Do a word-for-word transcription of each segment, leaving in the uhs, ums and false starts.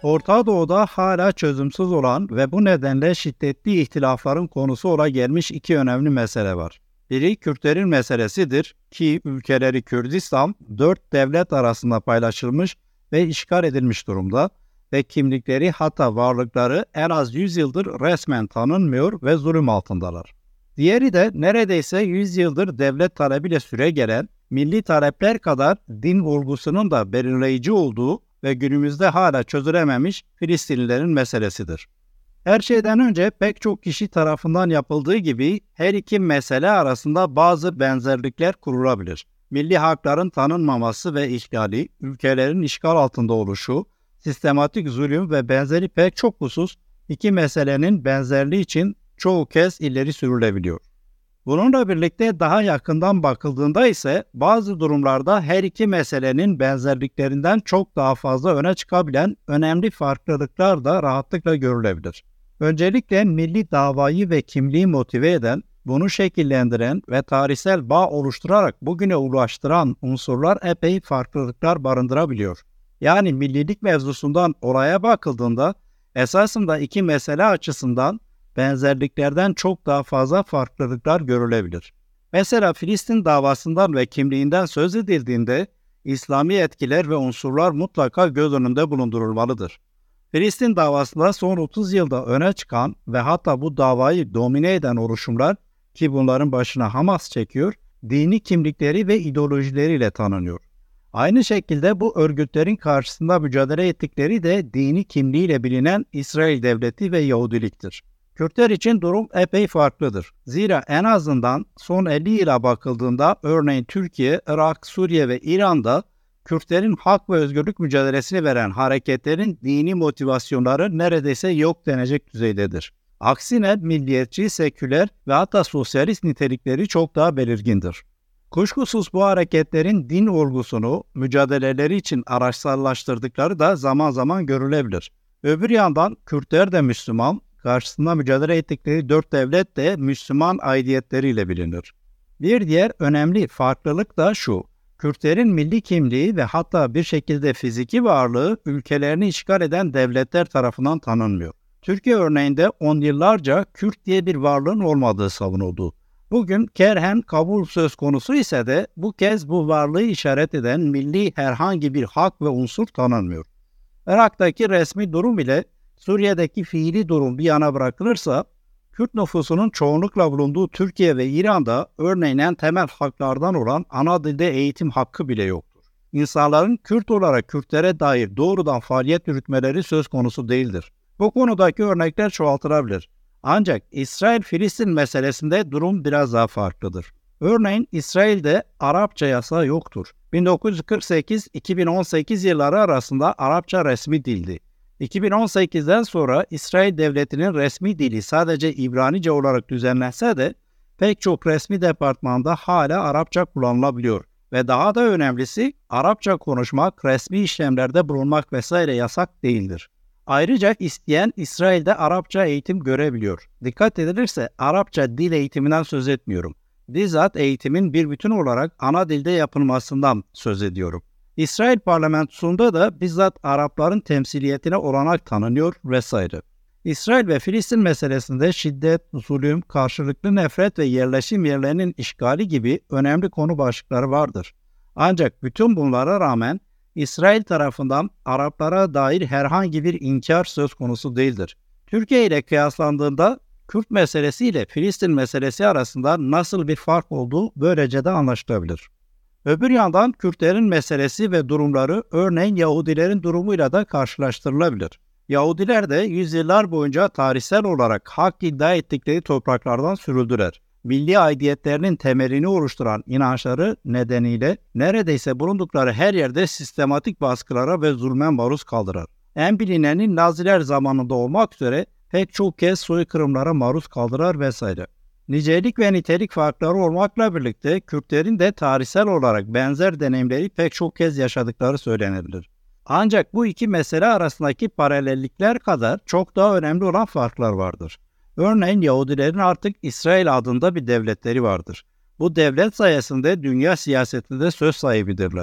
Orta Doğu'da hala çözümsüz olan ve bu nedenle şiddetli ihtilafların konusu ola gelmiş iki önemli mesele var. Biri Kürtlerin meselesidir ki ülkeleri Kürdistan dört devlet arasında paylaşılmış ve işgal edilmiş durumda ve kimlikleri hatta varlıkları en az yüz yıldır resmen tanınmıyor ve zulüm altındalar. Diğeri de neredeyse yüz yıldır devlet talebiyle süregelen, milli talepler kadar din olgusunun da belirleyici olduğu ve günümüzde hala çözülememiş Filistinlilerin meselesidir. Her şeyden önce pek çok kişi tarafından yapıldığı gibi her iki mesele arasında bazı benzerlikler kurulabilir. Milli hakların tanınmaması ve ihlali, ülkelerin işgal altında oluşu, sistematik zulüm ve benzeri pek çok husus iki meselenin benzerliği için çoğu kez ileri sürülebiliyor. Bununla birlikte daha yakından bakıldığında ise bazı durumlarda her iki meselenin benzerliklerinden çok daha fazla öne çıkabilen önemli farklılıklar da rahatlıkla görülebilir. Öncelikle milli davayı ve kimliği motive eden, bunu şekillendiren ve tarihsel bağ oluşturarak bugüne ulaştıran unsurlar epey farklılıklar barındırabiliyor. Yani millilik mevzusundan olaya bakıldığında esasında iki mesele açısından benzerliklerden çok daha fazla farklılıklar görülebilir. Mesela Filistin davasından ve kimliğinden söz edildiğinde İslami etkiler ve unsurlar mutlaka göz önünde bulundurulmalıdır. Filistin davasında son otuz yılda öne çıkan ve hatta bu davayı domine eden oluşumlar ki bunların başına Hamas çekiyor, dini kimlikleri ve ideolojileriyle tanınıyor. Aynı şekilde bu örgütlerin karşısında mücadele ettikleri de dini kimliğiyle bilinen İsrail Devleti ve Yahudiliktir. Kürtler için durum epey farklıdır. Zira en azından son elli yıla bakıldığında örneğin Türkiye, Irak, Suriye ve İran'da Kürtlerin hak ve özgürlük mücadelesini veren hareketlerin dini motivasyonları neredeyse yok denecek düzeydedir. Aksine milliyetçi, seküler ve hatta sosyalist nitelikleri çok daha belirgindir. Kuşkusuz bu hareketlerin din olgusunu mücadeleleri için araçsallaştırdıkları da zaman zaman görülebilir. Öbür yandan Kürtler de Müslüman, karşısında mücadele ettikleri dört devlet de Müslüman aidiyetleriyle bilinir. Bir diğer önemli farklılık da şu, Kürtlerin milli kimliği ve hatta bir şekilde fiziki varlığı ülkelerini işgal eden devletler tarafından tanınmıyor. Türkiye örneğinde on yıllarca Kürt diye bir varlığın olmadığı savunuldu. Bugün kerhen kabul söz konusu ise de bu kez bu varlığı işaret eden milli herhangi bir hak ve unsur tanınmıyor. Irak'taki resmi durum ile Suriye'deki fiili durum bir yana bırakılırsa, Kürt nüfusunun çoğunlukla bulunduğu Türkiye ve İran'da örneğin en temel haklardan olan ana dilde eğitim hakkı bile yoktur. İnsanların Kürt olarak Kürtlere dair doğrudan faaliyet yürütmeleri söz konusu değildir. Bu konudaki örnekler çoğaltılabilir. Ancak İsrail-Filistin meselesinde durum biraz daha farklıdır. Örneğin İsrail'de Arapça yasağı yoktur. bin dokuz yüz kırk sekiz iki bin on sekiz yılları arasında Arapça resmi dildi. iki bin on sekizden sonra İsrail Devleti'nin resmi dili sadece İbranice olarak düzenlense de pek çok resmi departmanda hala Arapça kullanılabiliyor ve daha da önemlisi Arapça konuşmak, resmi işlemlerde bulunmak vesaire yasak değildir. Ayrıca isteyen İsrail'de Arapça eğitim görebiliyor. Dikkat edilirse Arapça dil eğitiminden söz etmiyorum. Bizzat eğitimin bir bütün olarak ana dilde yapılmasından söz ediyorum. İsrail parlamentosunda da bizzat Arapların temsiliyetine olanak tanınıyor vesaire. İsrail ve Filistin meselesinde şiddet, zulüm, karşılıklı nefret ve yerleşim yerlerinin işgali gibi önemli konu başlıkları vardır. Ancak bütün bunlara rağmen İsrail tarafından Araplara dair herhangi bir inkar söz konusu değildir. Türkiye ile kıyaslandığında Kürt meselesi ile Filistin meselesi arasında nasıl bir fark olduğu böylece de anlaşılabilir. Öbür yandan Kürtlerin meselesi ve durumları örneğin Yahudilerin durumuyla da karşılaştırılabilir. Yahudiler de yüzyıllar boyunca tarihsel olarak hak iddia ettikleri topraklardan sürüldüler. Milli aidiyetlerinin temelini oluşturan inançları nedeniyle neredeyse bulundukları her yerde sistematik baskılara ve zulme maruz kaldılar. En bilineni Naziler zamanında olmak üzere pek çok kez soykırımlara maruz kaldılar vesaire. Nicelik ve nitelik farkları olmakla birlikte Kürtlerin de tarihsel olarak benzer deneyimleri pek çok kez yaşadıkları söylenebilir. Ancak bu iki mesele arasındaki paralellikler kadar çok daha önemli olan farklar vardır. Örneğin Yahudilerin artık İsrail adında bir devletleri vardır. Bu devlet sayesinde dünya siyasetinde söz sahibidirler.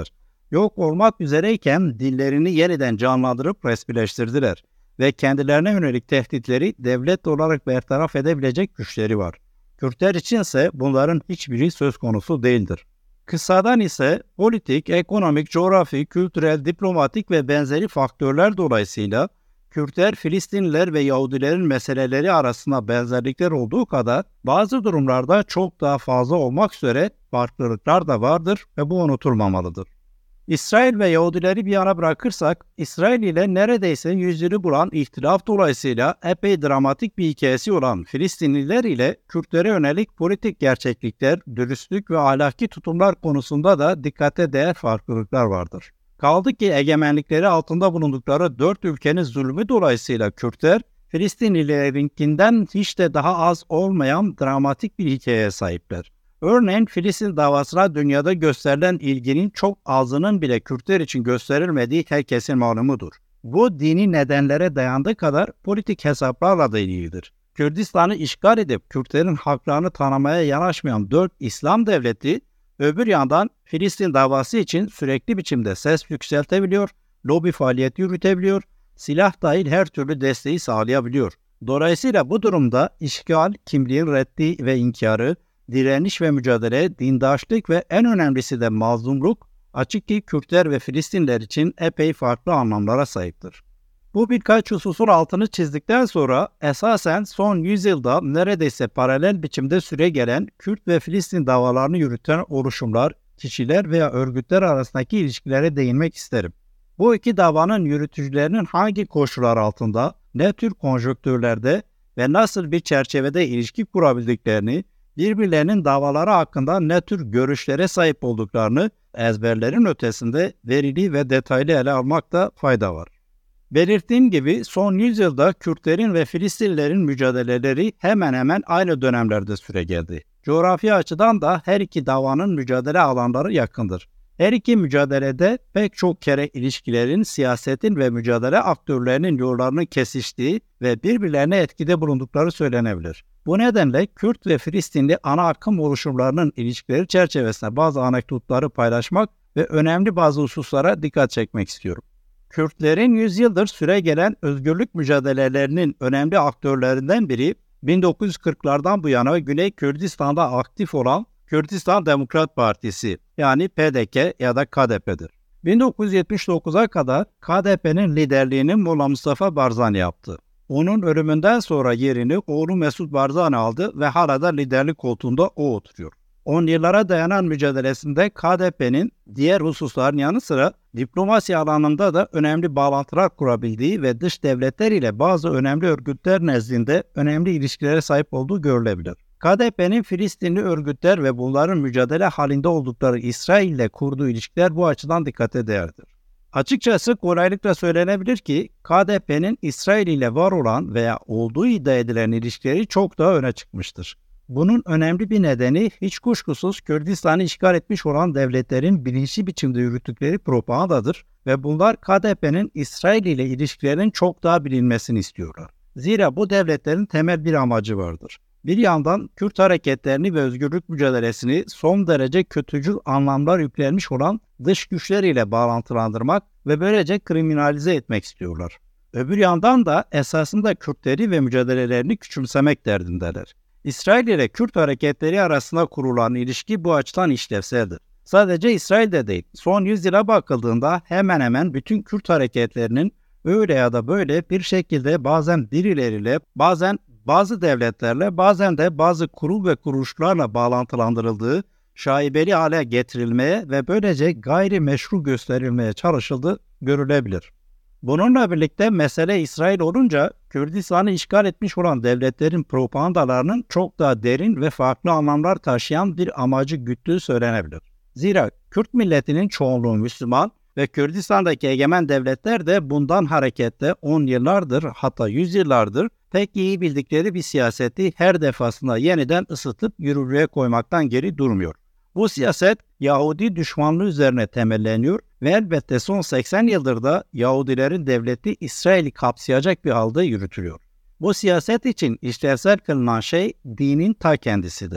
Yok olmak üzereyken dillerini yeniden canlandırıp resmileştirdiler ve kendilerine yönelik tehditleri devlet olarak bertaraf edebilecek güçleri var. Kürtler içinse bunların hiçbiri söz konusu değildir. Kısadan ise politik, ekonomik, coğrafi, kültürel, diplomatik ve benzeri faktörler dolayısıyla Kürtler, Filistinliler ve Yahudilerin meseleleri arasında benzerlikler olduğu kadar bazı durumlarda çok daha fazla olmak üzere farklılıklar da vardır ve bu unutulmamalıdır. İsrail ve Yahudileri bir yana bırakırsak, İsrail ile neredeyse yüzyılı bulan ihtilaf dolayısıyla epey dramatik bir hikayesi olan Filistinliler ile Kürtlere yönelik politik gerçeklikler, dürüstlük ve ahlaki tutumlar konusunda da dikkate değer farklılıklar vardır. Kaldı ki egemenlikleri altında bulundukları dört ülkenin zulmü dolayısıyla Kürtler, Filistinlilerinkinden hiç de daha az olmayan dramatik bir hikayeye sahipler. Örneğin Filistin davasına dünyada gösterilen ilginin çok azının bile Kürtler için gösterilmediği herkesin malumudur. Bu dini nedenlere dayandığı kadar politik hesaplarla da ilgilidir. Kürdistan'ı işgal edip Kürtlerin haklarını tanımaya yanaşmayan dört İslam devleti, öbür yandan Filistin davası için sürekli biçimde ses yükseltebiliyor, lobi faaliyeti yürütebiliyor, silah dahil her türlü desteği sağlayabiliyor. Dolayısıyla bu durumda işgal, kimliğin reddi ve inkarı, direniş ve mücadele, dindaşlık ve en önemlisi de mazlumluk açık ki Kürtler ve Filistinler için epey farklı anlamlara sahiptir. Bu birkaç hususun altını çizdikten sonra esasen son yüzyılda neredeyse paralel biçimde süre gelen Kürt ve Filistin davalarını yürüten oluşumlar, kişiler veya örgütler arasındaki ilişkilere değinmek isterim. Bu iki davanın yürütücülerinin hangi koşullar altında, ne tür konjonktürlerde ve nasıl bir çerçevede ilişki kurabildiklerini, birbirlerinin davaları hakkında ne tür görüşlere sahip olduklarını ezberlerin ötesinde verili ve detaylı ele almakta fayda var. Belirttiğim gibi son yüzyılda Kürtlerin ve Filistinlilerin mücadeleleri hemen hemen aynı dönemlerde süregeldi. Coğrafi açıdan da her iki davanın mücadele alanları yakındır. Her iki mücadelede pek çok kere ilişkilerin, siyasetin ve mücadele aktörlerinin yollarının kesiştiği ve birbirlerine etkide bulundukları söylenebilir. Bu nedenle Kürt ve Filistinli ana akım oluşumlarının ilişkileri çerçevesinde bazı anekdotları paylaşmak ve önemli bazı hususlara dikkat çekmek istiyorum. Kürtlerin yüzyıldır süregelen özgürlük mücadelelerinin önemli aktörlerinden biri, bin dokuz yüz kırklardan bu yana Güney Kürdistan'da aktif olan Kürdistan Demokrat Partisi yani P D K ya da K D P'dir. bin dokuz yüz yetmiş dokuza kadar K D P'nin liderliğini Molla Mustafa Barzani yaptı. Onun ölümünden sonra yerini oğlu Mesut Barzani aldı ve hala da liderlik koltuğunda o oturuyor. on yıllara dayanan mücadelesinde K D P'nin diğer hususların yanı sıra diplomasi alanında da önemli bağlantılar kurabildiği ve dış devletler ile bazı önemli örgütler nezdinde önemli ilişkilere sahip olduğu görülebilir. K D P'nin Filistinli örgütler ve bunların mücadele halinde oldukları İsrail ile kurduğu ilişkiler bu açıdan dikkate değerdir. Açıkçası kolaylıkla söylenebilir ki K D P'nin İsrail ile var olan veya olduğu iddia edilen ilişkileri çok daha öne çıkmıştır. Bunun önemli bir nedeni hiç kuşkusuz Kürdistan'ı işgal etmiş olan devletlerin bilinçli biçimde yürüttükleri propagandadır ve bunlar K D P'nin İsrail ile ilişkilerinin çok daha bilinmesini istiyorlar. Zira bu devletlerin temel bir amacı vardır. Bir yandan Kürt hareketlerini ve özgürlük mücadelesini son derece kötücül anlamlar yüklenmiş olan dış güçler ile bağlantılandırmak ve böylece kriminalize etmek istiyorlar. Öbür yandan da esasında Kürtleri ve mücadelelerini küçümsemek derdindeler. İsrail ile Kürt hareketleri arasında kurulan ilişki bu açıdan işlevseldir. Sadece İsrail'de değil, son yüzyıla bakıldığında hemen hemen bütün Kürt hareketlerinin öyle ya da böyle bir şekilde bazen birileriyle, bazen bazı devletlerle, bazen de bazı kurul ve kuruluşlarla bağlantılandırıldığı, şaibeli hale getirilmeye ve böylece gayri meşru gösterilmeye çalışıldığı görülebilir. Bununla birlikte mesele İsrail olunca Kürdistan'ı işgal etmiş olan devletlerin propagandalarının çok daha derin ve farklı anlamlar taşıyan bir amacı güttüğü söylenebilir. Zira Kürt milletinin çoğunluğu Müslüman ve Kürdistan'daki egemen devletler de bundan hareketle on yıllardır hatta yüz yıllardır pek iyi bildikleri bir siyaseti her defasında yeniden ısıtıp yürürlüğe koymaktan geri durmuyor. Bu siyaset Yahudi düşmanlığı üzerine temelleniyor ve elbette son seksen yıldır da Yahudilerin devleti İsrail'i kapsayacak bir halde yürütülüyor. Bu siyaset için işlevsel kılınan şey dinin ta kendisidir.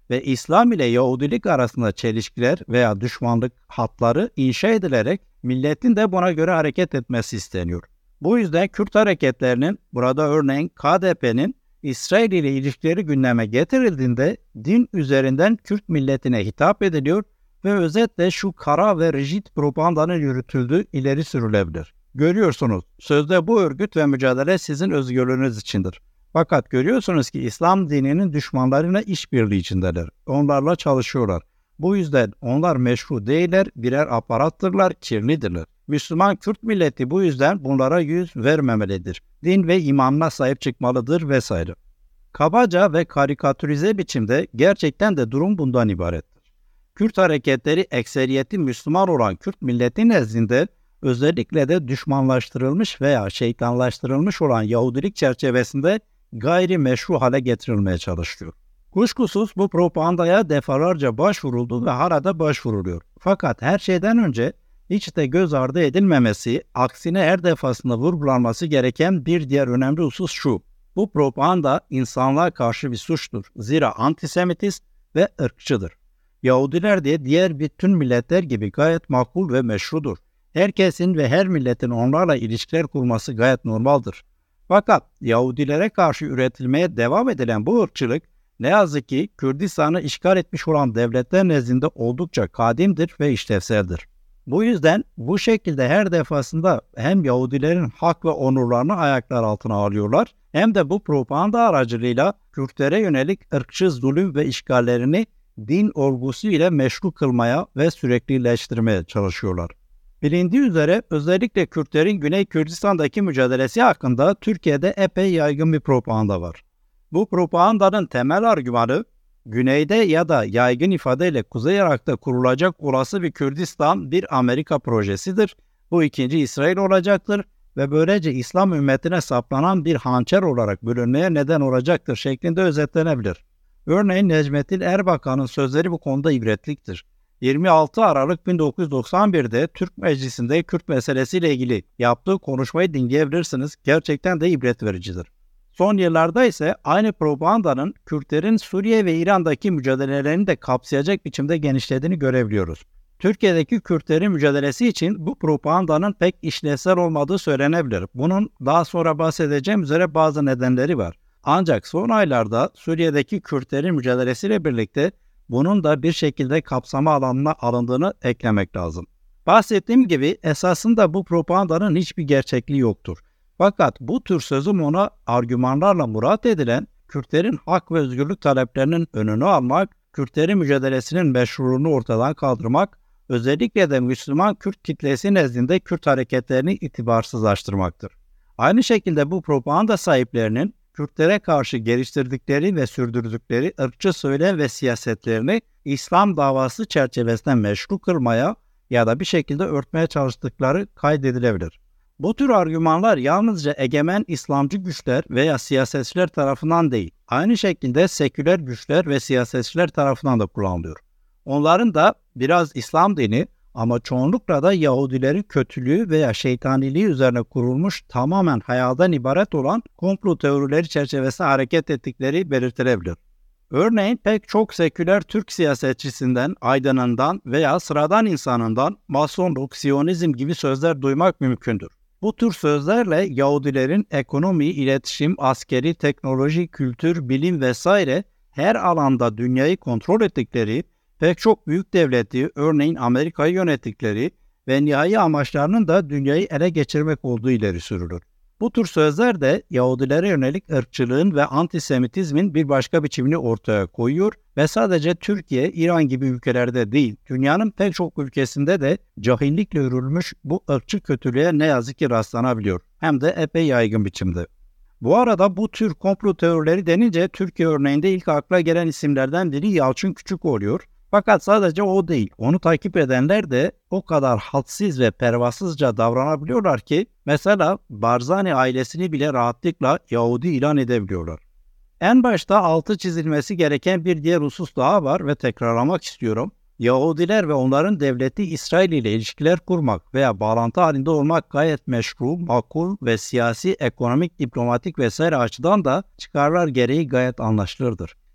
ve İslam ile Yahudilik arasında çelişkiler veya düşmanlık hatları inşa edilerek milletin de buna göre hareket etmesi isteniyor. Bu yüzden Kürt hareketlerinin, burada örneğin K D P'nin İsrail ile ilişkileri gündeme getirildiğinde din üzerinden Kürt milletine hitap ediliyor ve özetle şu kara ve rigid propagandanın yürütüldüğü ileri sürülebilir. Görüyorsunuz, sözde bu örgüt ve mücadele sizin özgürlüğünüz içindir. Fakat görüyorsunuz ki İslam dininin düşmanlarıyla işbirliği içindeler. Onlarla çalışıyorlar. Bu yüzden onlar meşru değiller, birer aparattırlar, kirlidirler. Müslüman Kürt milleti bu yüzden bunlara yüz vermemelidir. Din ve imanına sahip çıkmalıdır vesaire. Kabaca ve karikatürize biçimde gerçekten de durum bundan ibarettir. Kürt hareketleri ekseriyeti Müslüman olan Kürt milleti nezdinde özellikle de düşmanlaştırılmış veya şeytanlaştırılmış olan Yahudilik çerçevesinde gayri meşru hale getirilmeye çalışıyor. Kuşkusuz bu propagandaya defalarca başvuruldu ve hala da başvuruluyor. Fakat her şeyden önce hiç de göz ardı edilmemesi, aksine her defasında vurgulanması gereken bir diğer önemli husus şu: bu propaganda insanlığa karşı bir suçtur. Zira antisemitist ve ırkçıdır. Yahudiler de diğer bütün milletler gibi gayet makul ve meşrudur. Herkesin ve her milletin onlarla ilişkiler kurması gayet normaldir. Fakat Yahudilere karşı üretilmeye devam edilen bu ırkçılık ne yazık ki Kürdistan'ı işgal etmiş olan devletler nezdinde oldukça kadimdir ve işlevseldir. Bu yüzden bu şekilde her defasında hem Yahudilerin hak ve onurlarını ayaklar altına alıyorlar, hem de bu propaganda aracılığıyla Kürtlere yönelik ırkçı zulüm ve işgallerini din olgusu ile meşru kılmaya ve süreklileştirmeye çalışıyorlar. Bilindiği üzere özellikle Kürtlerin Güney Kürdistan'daki mücadelesi hakkında Türkiye'de epey yaygın bir propaganda var. Bu propagandanın temel argümanı, güneyde ya da yaygın ifadeyle Kuzey Irak'ta kurulacak olası bir Kürdistan bir Amerika projesidir. Bu ikinci İsrail olacaktır ve böylece İslam ümmetine saplanan bir hançer olarak bölünmeye neden olacaktır şeklinde özetlenebilir. Örneğin Necmettin Erbakan'ın sözleri bu konuda ibretliktir. yirmi altı Aralık bin dokuz yüz doksan bir'de Türk Meclisi'nde Kürt meselesiyle ilgili yaptığı konuşmayı dinleyebilirsiniz. Gerçekten de ibret vericidir. Son yıllarda ise aynı propagandanın Kürtlerin Suriye ve İran'daki mücadelelerini de kapsayacak biçimde genişlediğini görebiliyoruz. Türkiye'deki Kürtlerin mücadelesi için bu propagandanın pek işlevsel olmadığı söylenebilir. Bunun daha sonra bahsedeceğim üzere bazı nedenleri var. Ancak son aylarda Suriye'deki Kürtlerin mücadelesiyle birlikte bunun da bir şekilde kapsama alanına alındığını eklemek lazım. Bahsettiğim gibi esasında bu propagandanın hiçbir gerçekliği yoktur. Fakat bu tür sözüm ona argümanlarla murat edilen Kürtlerin hak ve özgürlük taleplerinin önünü almak, Kürtlerin mücadelesinin meşruluğunu ortadan kaldırmak, özellikle de Müslüman Kürt kitlesi nezdinde Kürt hareketlerini itibarsızlaştırmaktır. Aynı şekilde bu propaganda sahiplerinin Kürtlere karşı geliştirdikleri ve sürdürdükleri ırkçı söylem ve siyasetlerini İslam davası çerçevesinde meşru kılmaya ya da bir şekilde örtmeye çalıştıkları kaydedilebilir. Bu tür argümanlar yalnızca egemen İslamcı güçler veya siyasetçiler tarafından değil, aynı şekilde seküler güçler ve siyasetçiler tarafından da kullanılıyor. Onların da biraz İslam dini ama çoğunlukla da Yahudilerin kötülüğü veya şeytaniliği üzerine kurulmuş tamamen hayalden ibaret olan komplo teorileri çerçevesinde hareket ettikleri belirtilebilir. Örneğin pek çok seküler Türk siyasetçisinden, aydınından veya sıradan insanından Masonluk, Siyonizm gibi sözler duymak mümkündür. Bu tür sözlerle Yahudilerin ekonomi, iletişim, askeri, teknoloji, kültür, bilim vesaire her alanda dünyayı kontrol ettikleri, pek çok büyük devleti, örneğin Amerika'yı yönettikleri ve nihai amaçlarının da dünyayı ele geçirmek olduğu ileri sürülür. Bu tür sözler de Yahudilere yönelik ırkçılığın ve antisemitizmin bir başka biçimini ortaya koyuyor ve sadece Türkiye, İran gibi ülkelerde değil, dünyanın pek çok ülkesinde de cahillikle örülmüş bu ırkçı kötülüğe ne yazık ki rastlanabiliyor. Hem de epey yaygın biçimde. Bu arada bu tür komplo teorileri denince Türkiye örneğinde ilk akla gelen isimlerden biri Yalçın Küçük oluyor. Fakat sadece o değil, onu takip edenler de o kadar hadsiz ve pervasızca davranabiliyorlar ki mesela Barzani ailesini bile rahatlıkla Yahudi ilan edebiliyorlar. En başta altı çizilmesi gereken bir diğer husus daha var ve tekrarlamak istiyorum. Yahudiler ve onların devleti İsrail ile ilişkiler kurmak veya bağlantı halinde olmak gayet meşru, makul ve siyasi, ekonomik, diplomatik vesaire açıdan da çıkarlar gereği gayet anlaşılırdır.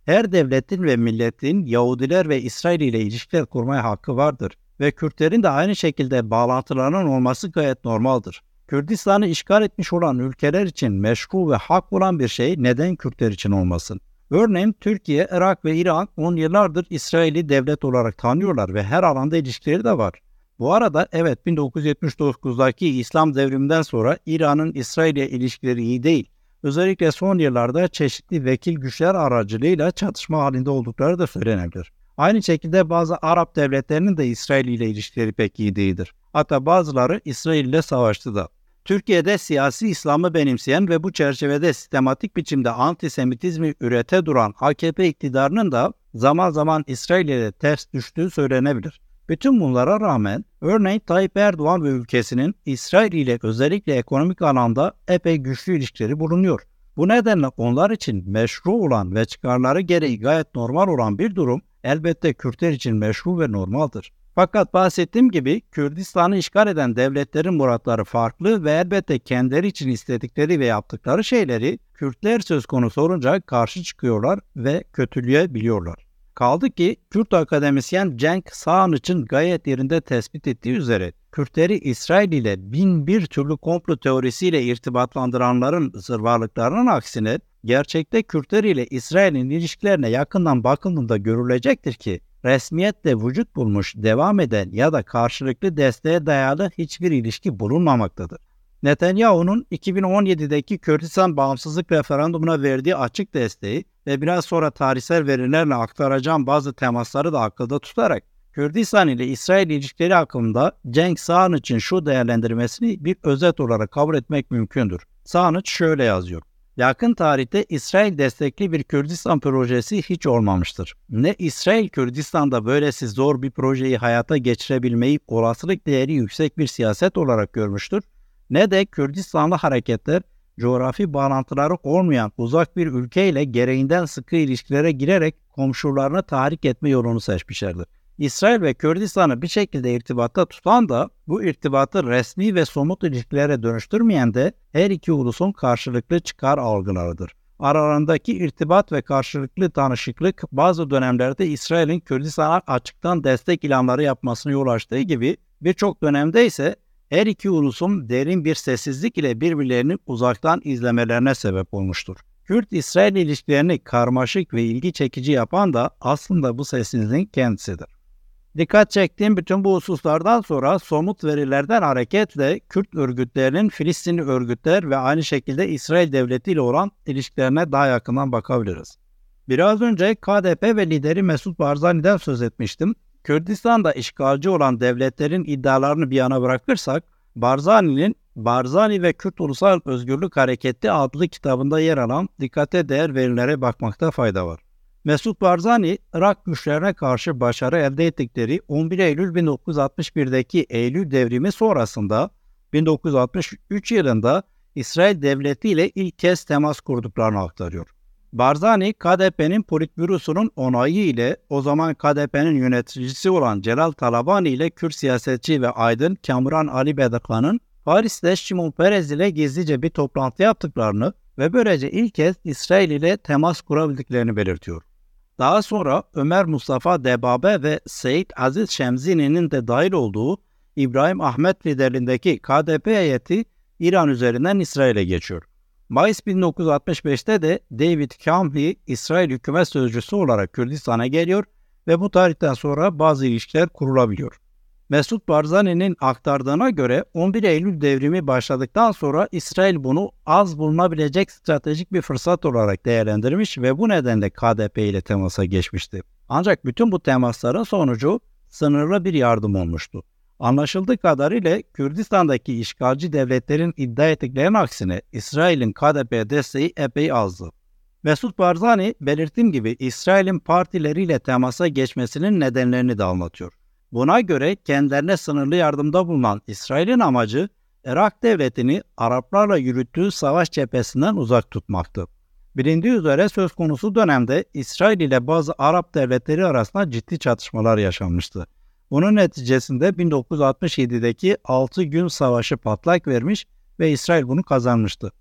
Her devletin ve milletin Yahudiler ve İsrail ile ilişkiler kurmaya hakkı vardır ve Kürtlerin de aynı şekilde bağlantılarının olması gayet normaldir. Kürdistan'ı işgal etmiş olan ülkeler için meşru ve hak olan bir şey neden Kürtler için olmasın? Örneğin Türkiye, Irak ve İran on yıllardır İsrail'i devlet olarak tanıyorlar ve her alanda ilişkileri de var. Bu arada evet bin dokuz yüz yetmiş dokuzdaki İslam devriminden sonra İran'ın İsrail'le ilişkileri iyi değil. Özellikle son yıllarda çeşitli vekil güçler aracılığıyla çatışma halinde oldukları da söylenebilir. Aynı şekilde bazı Arap devletlerinin de İsrail ile ilişkileri pek iyi değildir. Hatta bazıları İsrail ile savaştı da. Türkiye'de siyasi İslam'ı benimseyen ve bu çerçevede sistematik biçimde antisemitizmi ürete duran A K P iktidarının da zaman zaman İsrail ile ters düştüğü söylenebilir. Bütün bunlara rağmen örneğin Tayyip Erdoğan ve ülkesinin İsrail ile özellikle ekonomik alanda epey güçlü ilişkileri bulunuyor. Bu nedenle onlar için meşru olan ve çıkarları gereği gayet normal olan bir durum elbette Kürtler için meşru ve normaldir. Fakat bahsettiğim gibi Kürdistan'ı işgal eden devletlerin muratları farklı ve elbette kendileri için istedikleri ve yaptıkları şeyleri Kürtler söz konusu olunca karşı çıkıyorlar ve kötüleyebiliyorlar. Kaldı ki Kürt akademisyen Cenk Sağanıç'ın gayet yerinde tespit ettiği üzere Kürtleri İsrail ile bin bir türlü komplo teorisiyle irtibatlandıranların zırvalıklarının aksine gerçekte Kürtler ile İsrail'in ilişkilerine yakından bakıldığında görülecektir ki resmiyetle vücut bulmuş, devam eden ya da karşılıklı desteğe dayalı hiçbir ilişki bulunmamaktadır. Netanyahu'nun iki bin on yedideki Kürdistan bağımsızlık referandumuna verdiği açık desteği ve biraz sonra tarihsel verilerle aktaracağım bazı temasları da akılda tutarak Kürdistan ile İsrail ilişkileri hakkında Cenk Sağanıç'ın şu değerlendirmesini bir özet olarak kabul etmek mümkündür. Sağanıç şöyle yazıyor. Yakın tarihte İsrail destekli bir Kürdistan projesi hiç olmamıştır. Ne İsrail Kürdistan'da böylesi zor bir projeyi hayata geçirebilmeyi olasılık değeri yüksek bir siyaset olarak görmüştür, ne de Kürdistanlı hareketler coğrafi bağlantıları olmayan uzak bir ülkeyle gereğinden sıkı ilişkilere girerek komşularını tahrik etme yolunu seçmişlerdir. İsrail ve Kürdistan'ı bir şekilde irtibatta tutan da bu irtibatı resmi ve somut ilişkilere dönüştürmeyen de her iki ulusun karşılıklı çıkar algılarıdır. Aralarındaki irtibat ve karşılıklı tanışıklık bazı dönemlerde İsrail'in Kürdistan'a açıktan destek ilanları yapmasına yol açtığı gibi birçok dönemde ise her iki ulusun derin bir sessizlik ile birbirlerini uzaktan izlemelerine sebep olmuştur. Kürt-İsrail ilişkilerini karmaşık ve ilgi çekici yapan da aslında bu sessizliğin kendisidir. Dikkat çektiğim bütün bu hususlardan sonra somut verilerden hareketle Kürt örgütlerinin Filistinli örgütler ve aynı şekilde İsrail devleti ile olan ilişkilerine daha yakından bakabiliriz. Biraz önce K D P ve lideri Mesut Barzani'den söz etmiştim. Kürdistan'da işgalci olan devletlerin iddialarını bir yana bırakırsak, Barzani'nin Barzani ve Kürt Ulusal Özgürlük Hareketi adlı kitabında yer alan dikkate değer verilere bakmakta fayda var. Mesut Barzani, Irak güçlerine karşı başarı elde ettikleri on bir Eylül bin dokuz yüz altmış birdeki Eylül devrimi sonrasında bin dokuz yüz altmış üç yılında İsrail devleti ile ilk kez temas kurduklarını aktarıyor. Barzani, K D P'nin politbürosunun onayı ile o zaman K D P'nin yöneticisi olan Celal Talabani ile Kürt siyasetçi ve aydın Kamran Ali Bedekan'ın Paris'te Şimon Peres ile gizlice bir toplantı yaptıklarını ve böylece ilk kez İsrail ile temas kurabildiklerini belirtiyor. Daha sonra Ömer Mustafa Debabe ve Seyit Aziz Şemzini'nin de dahil olduğu İbrahim Ahmet liderliğindeki K D P heyeti İran üzerinden İsrail'e geçiyor. Mayıs bin dokuz yüz altmış beşte de David Kamhi İsrail hükümet sözcüsü olarak Kürdistan'a geliyor ve bu tarihten sonra bazı ilişkiler kurulabiliyor. Mesut Barzani'nin aktardığına göre on bir Eylül devrimi başladıktan sonra İsrail bunu az bulunabilecek stratejik bir fırsat olarak değerlendirmiş ve bu nedenle K D P ile temasa geçmişti. Ancak bütün bu temasların sonucu sınırlı bir yardım olmuştu. Anlaşıldığı kadarıyla Kürdistan'daki işgalci devletlerin iddia ettiklerinin aksine İsrail'in K D P desteği epey azdı. Mesut Barzani belirttiğim gibi İsrail'in partileriyle temasa geçmesinin nedenlerini de anlatıyor. Buna göre kendilerine sınırlı yardımda bulunan İsrail'in amacı Irak devletini Araplarla yürüttüğü savaş cephesinden uzak tutmaktı. Bilindiği üzere söz konusu dönemde İsrail ile bazı Arap devletleri arasında ciddi çatışmalar yaşanmıştı. Bunun neticesinde bin dokuz yüz altmış yedideki altı gün savaşı patlak vermiş ve İsrail bunu kazanmıştı.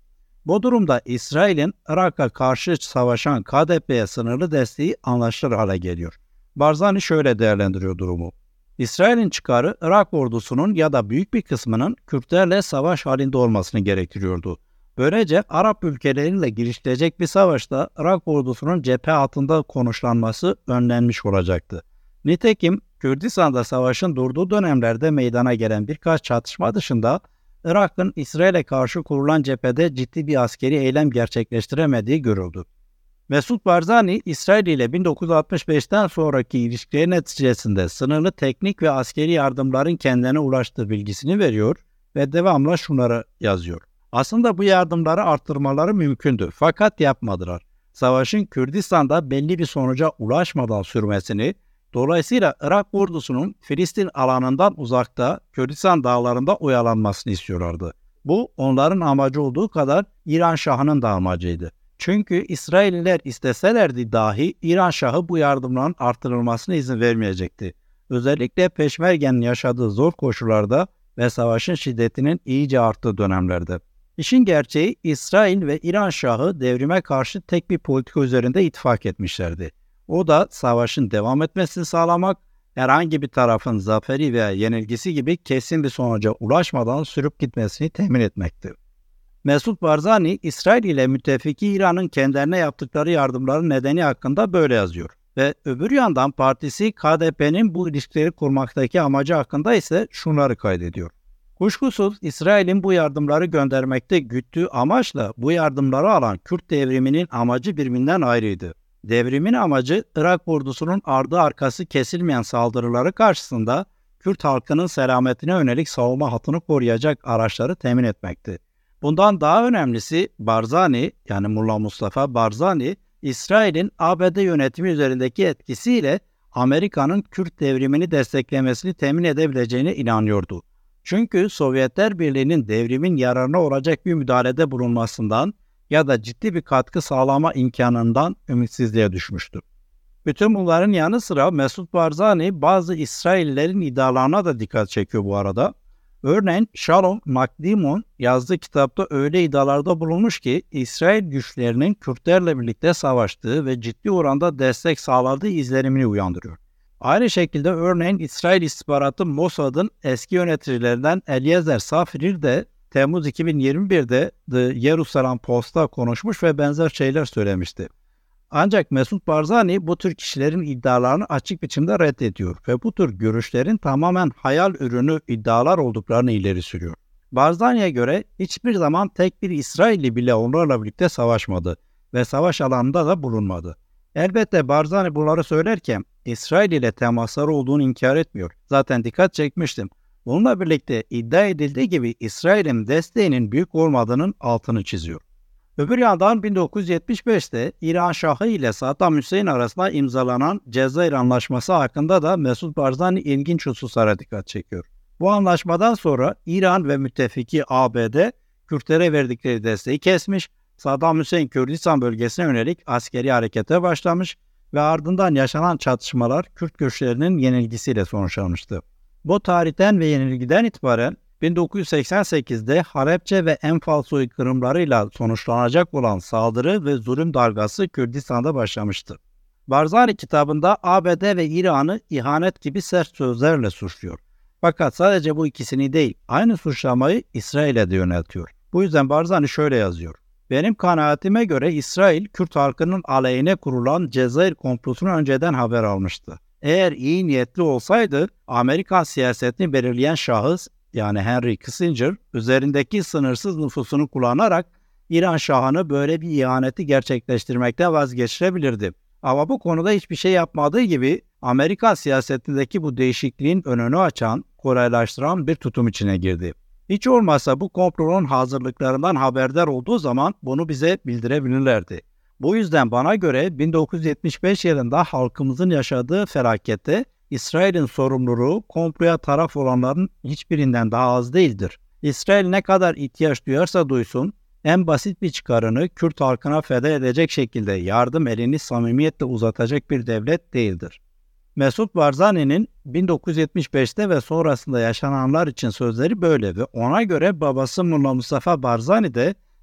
Bu durumda İsrail'in Irak'a karşı savaşan K D P'ye sınırlı desteği anlaşılır hale geliyor. Barzani şöyle değerlendiriyor durumu. İsrail'in çıkarı Irak ordusunun ya da büyük bir kısmının Kürtlerle savaş halinde olmasını gerektiriyordu. Böylece Arap ülkeleriyle girişilecek bir savaşta Irak ordusunun cephe altında konuşlanması önlenmiş olacaktı. Nitekim Kürdistan'da savaşın durduğu dönemlerde meydana gelen birkaç çatışma dışında Irak'ın İsrail'e karşı kurulan cephede ciddi bir askeri eylem gerçekleştiremediği görüldü. Mesut Barzani, İsrail ile bin dokuz yüz altmış beşten sonraki ilişkiler neticesinde sınırlı teknik ve askeri yardımların kendilerine ulaştığı bilgisini veriyor ve devamlı şunları yazıyor. Aslında bu yardımları arttırmaları mümkündü fakat yapmadılar. Savaşın Kürdistan'da belli bir sonuca ulaşmadan sürmesini, dolayısıyla Irak ordusunun Filistin alanından uzakta Kürdistan dağlarında oyalanmasını istiyorlardı. Bu onların amacı olduğu kadar İran Şahı'nın da amacıydı. Çünkü İsrailliler isteselerdi dahi İran Şahı bu yardımların artırılmasına izin vermeyecekti. Özellikle Peşmerge'nin yaşadığı zor koşullarda ve savaşın şiddetinin iyice arttığı dönemlerde. İşin gerçeği İsrail ve İran Şahı devrime karşı tek bir politika üzerinde ittifak etmişlerdi. O da savaşın devam etmesini sağlamak, herhangi bir tarafın zaferi veya yenilgisi gibi kesin bir sonuca ulaşmadan sürüp gitmesini temin etmekti. Mesut Barzani, İsrail ile müttefiki İran'ın kendilerine yaptıkları yardımların nedeni hakkında böyle yazıyor. Ve öbür yandan partisi K D P'nin bu ilişkileri kurmaktaki amacı hakkında ise şunları kaydediyor. Kuşkusuz İsrail'in bu yardımları göndermekte güttüğü amaçla bu yardımları alan Kürt devriminin amacı birbirinden ayrıydı. Devrimin amacı Irak ordusunun ardı arkası kesilmeyen saldırıları karşısında Kürt halkının selametine yönelik savunma hattını koruyacak araçları temin etmekti. Bundan daha önemlisi Barzani, yani Mullah Mustafa Barzani, İsrail'in A B D yönetimi üzerindeki etkisiyle Amerika'nın Kürt devrimini desteklemesini temin edebileceğine inanıyordu. Çünkü Sovyetler Birliği'nin devrimin yararına olacak bir müdahalede bulunmasından ya da ciddi bir katkı sağlama imkanından ümitsizliğe düşmüştü. Bütün bunların yanı sıra Mesut Barzani bazı İsraillilerin iddialarına da dikkat çekiyor bu arada. Örneğin Shalom McDimon yazdığı kitapta öyle iddialarda bulunmuş ki İsrail güçlerinin Kürtlerle birlikte savaştığı ve ciddi oranda destek sağladığı izlenimini uyandırıyor. Aynı şekilde örneğin İsrail istihbaratı Mossad'ın eski yöneticilerinden Eliezer Safir de Temmuz iki bin yirmi birde The Jerusalem Post'ta konuşmuş ve benzer şeyler söylemişti. Ancak Mesut Barzani bu tür kişilerin iddialarını açık biçimde reddediyor ve bu tür görüşlerin tamamen hayal ürünü iddialar olduklarını ileri sürüyor. Barzani'ye göre hiçbir zaman tek bir İsrailli bile onlarla birlikte savaşmadı ve savaş alanında da bulunmadı. Elbette Barzani bunları söylerken İsrail ile temasları olduğunu inkar etmiyor. Zaten dikkat çekmiştim. Bununla birlikte iddia edildiği gibi İsrail'in desteğinin büyük olmadığının altını çiziyor. Öbür yandan bin dokuz yüz yetmiş beşte İran Şahı ile Saddam Hüseyin arasında imzalanan Cezayir Anlaşması hakkında da Mesut Barzani ilginç hususlara dikkat çekiyor. Bu anlaşmadan sonra İran ve müttefiki A B D Kürtlere verdikleri desteği kesmiş, Saddam Hüseyin Kürdistan bölgesine yönelik askeri harekete başlamış ve ardından yaşanan çatışmalar Kürt güçlerinin yenilgisiyle sonuçlanmıştı. Bu tarihten ve yenilgiden itibaren bin dokuz yüz seksen sekizde Halepçe ve Enfal soykırımlarıyla sonuçlanacak olan saldırı ve zulüm dalgası Kürdistan'da başlamıştı. Barzani kitabında A B D ve İran'ı ihanet gibi sert sözlerle suçluyor. Fakat sadece bu ikisini değil, aynı suçlamayı İsrail'e de yöneltiyor. Bu yüzden Barzani şöyle yazıyor. Benim kanaatime göre İsrail, Kürt halkının aleyhine kurulan Cezayir komplosunu önceden haber almıştı. Eğer iyi niyetli olsaydı, Amerikan siyasetini belirleyen şahıs, yani Henry Kissinger, üzerindeki sınırsız nüfusunu kullanarak İran Şahı'nı böyle bir ihaneti gerçekleştirmekten vazgeçirebilirdi. Ama bu konuda hiçbir şey yapmadığı gibi Amerikan siyasetindeki bu değişikliğin önünü açan, kolaylaştıran bir tutum içine girdi. Hiç olmazsa bu komplonun hazırlıklarından haberdar olduğu zaman bunu bize bildirebilirlerdi. Bu yüzden bana göre bin dokuz yüz yetmiş beş yılında halkımızın yaşadığı felakette İsrail'in sorumluluğu komploya taraf olanların hiçbirinden daha az değildir. İsrail ne kadar ihtiyaç duyarsa duysun, en basit bir çıkarını Kürt halkına feda edecek şekilde yardım elini samimiyetle uzatacak bir devlet değildir. Mesut Barzani'nin bin dokuz yüz yetmiş beşte ve sonrasında yaşananlar için sözleri böyle ve ona göre babası Mullah Mustafa Barzani de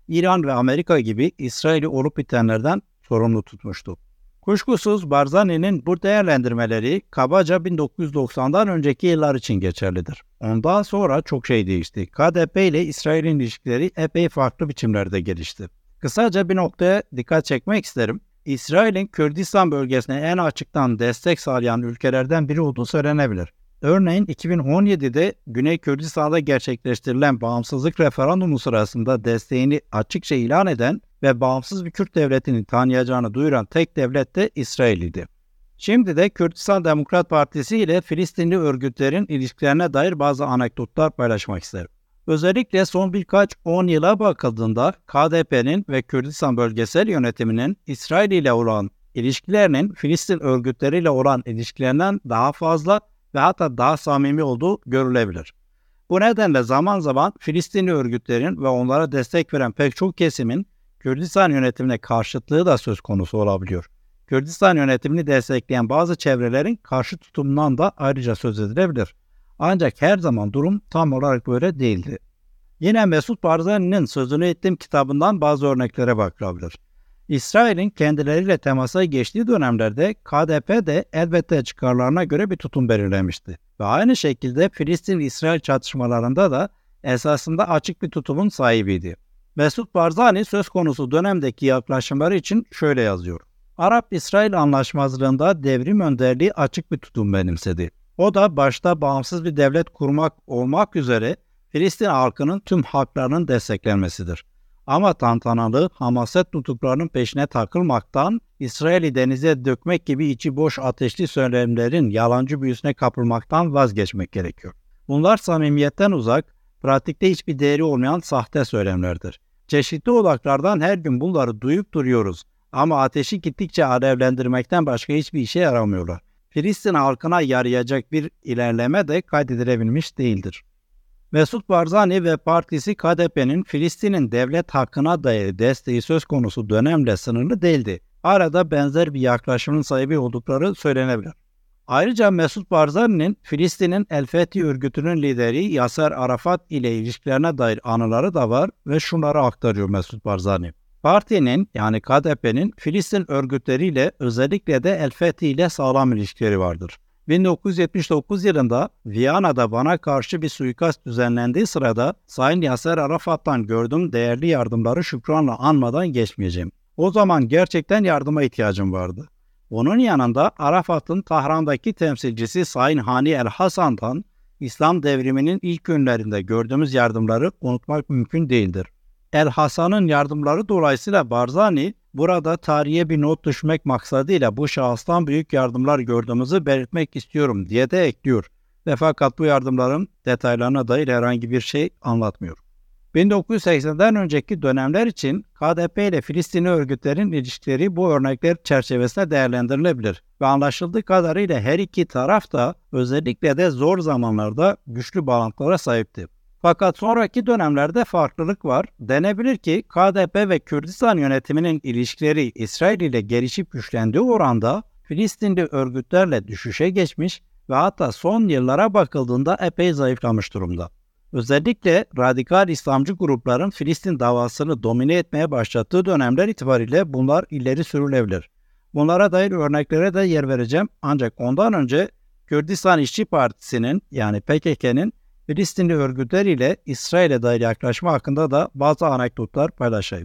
İran ve Amerika gibi İsrail'i olup bitenlerden sorumlu tutmuştu. Kuşkusuz Barzani'nin bu değerlendirmeleri kabaca bin dokuz yüz doksandan önceki yıllar için geçerlidir. Ondan sonra çok şey değişti. K D P ile İsrail'in ilişkileri epey farklı biçimlerde gelişti. Kısaca bir noktaya dikkat çekmek isterim. İsrail'in Kürdistan bölgesine en açıktan destek sağlayan ülkelerden biri olduğu söylenebilir. Örneğin iki bin on yedide Güney Kürdistan'da gerçekleştirilen bağımsızlık referandumu sırasında desteğini açıkça ilan eden ve bağımsız bir Kürt devletini tanıyacağını duyuran tek devlet de İsrail'iydi. Şimdi de Kürdistan Demokrat Partisi ile Filistinli örgütlerin ilişkilerine dair bazı anekdotlar paylaşmak isterim. Özellikle son birkaç on yıla bakıldığında K D P'nin ve Kürdistan bölgesel yönetiminin İsrail ile olan ilişkilerinin Filistin örgütleriyle olan ilişkilerinden daha fazla ve hatta daha samimi olduğu görülebilir. Bu nedenle zaman zaman Filistinli örgütlerin ve onlara destek veren pek çok kesimin Kürdistan yönetimine karşıtlığı da söz konusu olabiliyor. Kürdistan yönetimini destekleyen bazı çevrelerin karşı tutumundan da ayrıca söz edilebilir. Ancak her zaman durum tam olarak böyle değildi. Yine Mesut Barzani'nin sözünü ettiğim kitabından bazı örneklere bakılabilir. İsrail'in kendileriyle temasa geçtiği dönemlerde K D P de elbette çıkarlarına göre bir tutum belirlemişti. Ve aynı şekilde Filistin-İsrail çatışmalarında da esasında açık bir tutumun sahibiydi. Mesut Barzani söz konusu dönemdeki yaklaşımları için şöyle yazıyor. Arap-İsrail anlaşmazlığında devrim önderliği açık bir tutum benimsedi. O da başta bağımsız bir devlet kurmak olmak üzere Filistin halkının tüm haklarının desteklenmesidir. Ama tantanalı, hamaset nutuklarının peşine takılmaktan, İsrail'i denize dökmek gibi içi boş ateşli söylemlerin yalancı büyüsüne kapılmaktan vazgeçmek gerekiyor. Bunlar samimiyetten uzak, pratikte hiçbir değeri olmayan sahte söylemlerdir. Çeşitli odaklardan her gün bunları duyup duruyoruz ama ateşi gittikçe alevlendirmekten başka hiçbir işe yaramıyorlar. Filistin halkına yarayacak bir ilerleme de kaydedilebilmiş değildir. Mesut Barzani ve partisi K D P'nin Filistin'in devlet hakkına dair desteği söz konusu dönemle sınırlı değildi. Arada benzer bir yaklaşımın sahibi oldukları söylenebilir. Ayrıca Mesut Barzani'nin Filistin'in El-Fethi örgütünün lideri Yasser Arafat ile ilişkilerine dair anıları da var ve şunları aktarıyor Mesut Barzani. Partinin yani K D P'nin Filistin örgütleriyle özellikle de El-Fethi ile sağlam ilişkileri vardır. bin dokuz yüz yetmiş dokuz yılında Viyana'da bana karşı bir suikast düzenlendiği sırada Sayın Yasser Arafat'tan gördüğüm değerli yardımları şükranla anmadan geçmeyeceğim. O zaman gerçekten yardıma ihtiyacım vardı. Onun yanında Arafat'ın Tahran'daki temsilcisi Sayın Hani El Hasan'dan İslam devriminin ilk günlerinde gördüğümüz yardımları unutmak mümkün değildir. El Hasan'ın yardımları dolayısıyla Barzani burada tarihe bir not düşmek maksadıyla bu şahıstan büyük yardımlar gördüğümüzü belirtmek istiyorum diye de ekliyor. Ve fakat bu yardımların detaylarına dair herhangi bir şey anlatmıyor. bin dokuz yüz seksenden önceki dönemler için K D P ile Filistinli örgütlerin ilişkileri bu örnekler çerçevesinde değerlendirilebilir. Ve anlaşıldığı kadarıyla her iki taraf da özellikle de zor zamanlarda güçlü bağlantılara sahipti. Fakat sonraki dönemlerde farklılık var. Denebilir ki K D P ve Kürdistan yönetiminin ilişkileri İsrail ile gelişip güçlendiği oranda Filistinli örgütlerle düşüşe geçmiş ve hatta son yıllara bakıldığında epey zayıflamış durumda. Özellikle radikal İslamcı grupların Filistin davasını domine etmeye başlattığı dönemler itibariyle bunlar ileri sürülebilir. Bunlara dair örneklere de yer vereceğim ancak ondan önce Kürdistan İşçi Partisi'nin yani P K K'nin Filistinli örgütler ile İsrail'e dair yaklaşma hakkında da bazı anekdotlar paylaşayım.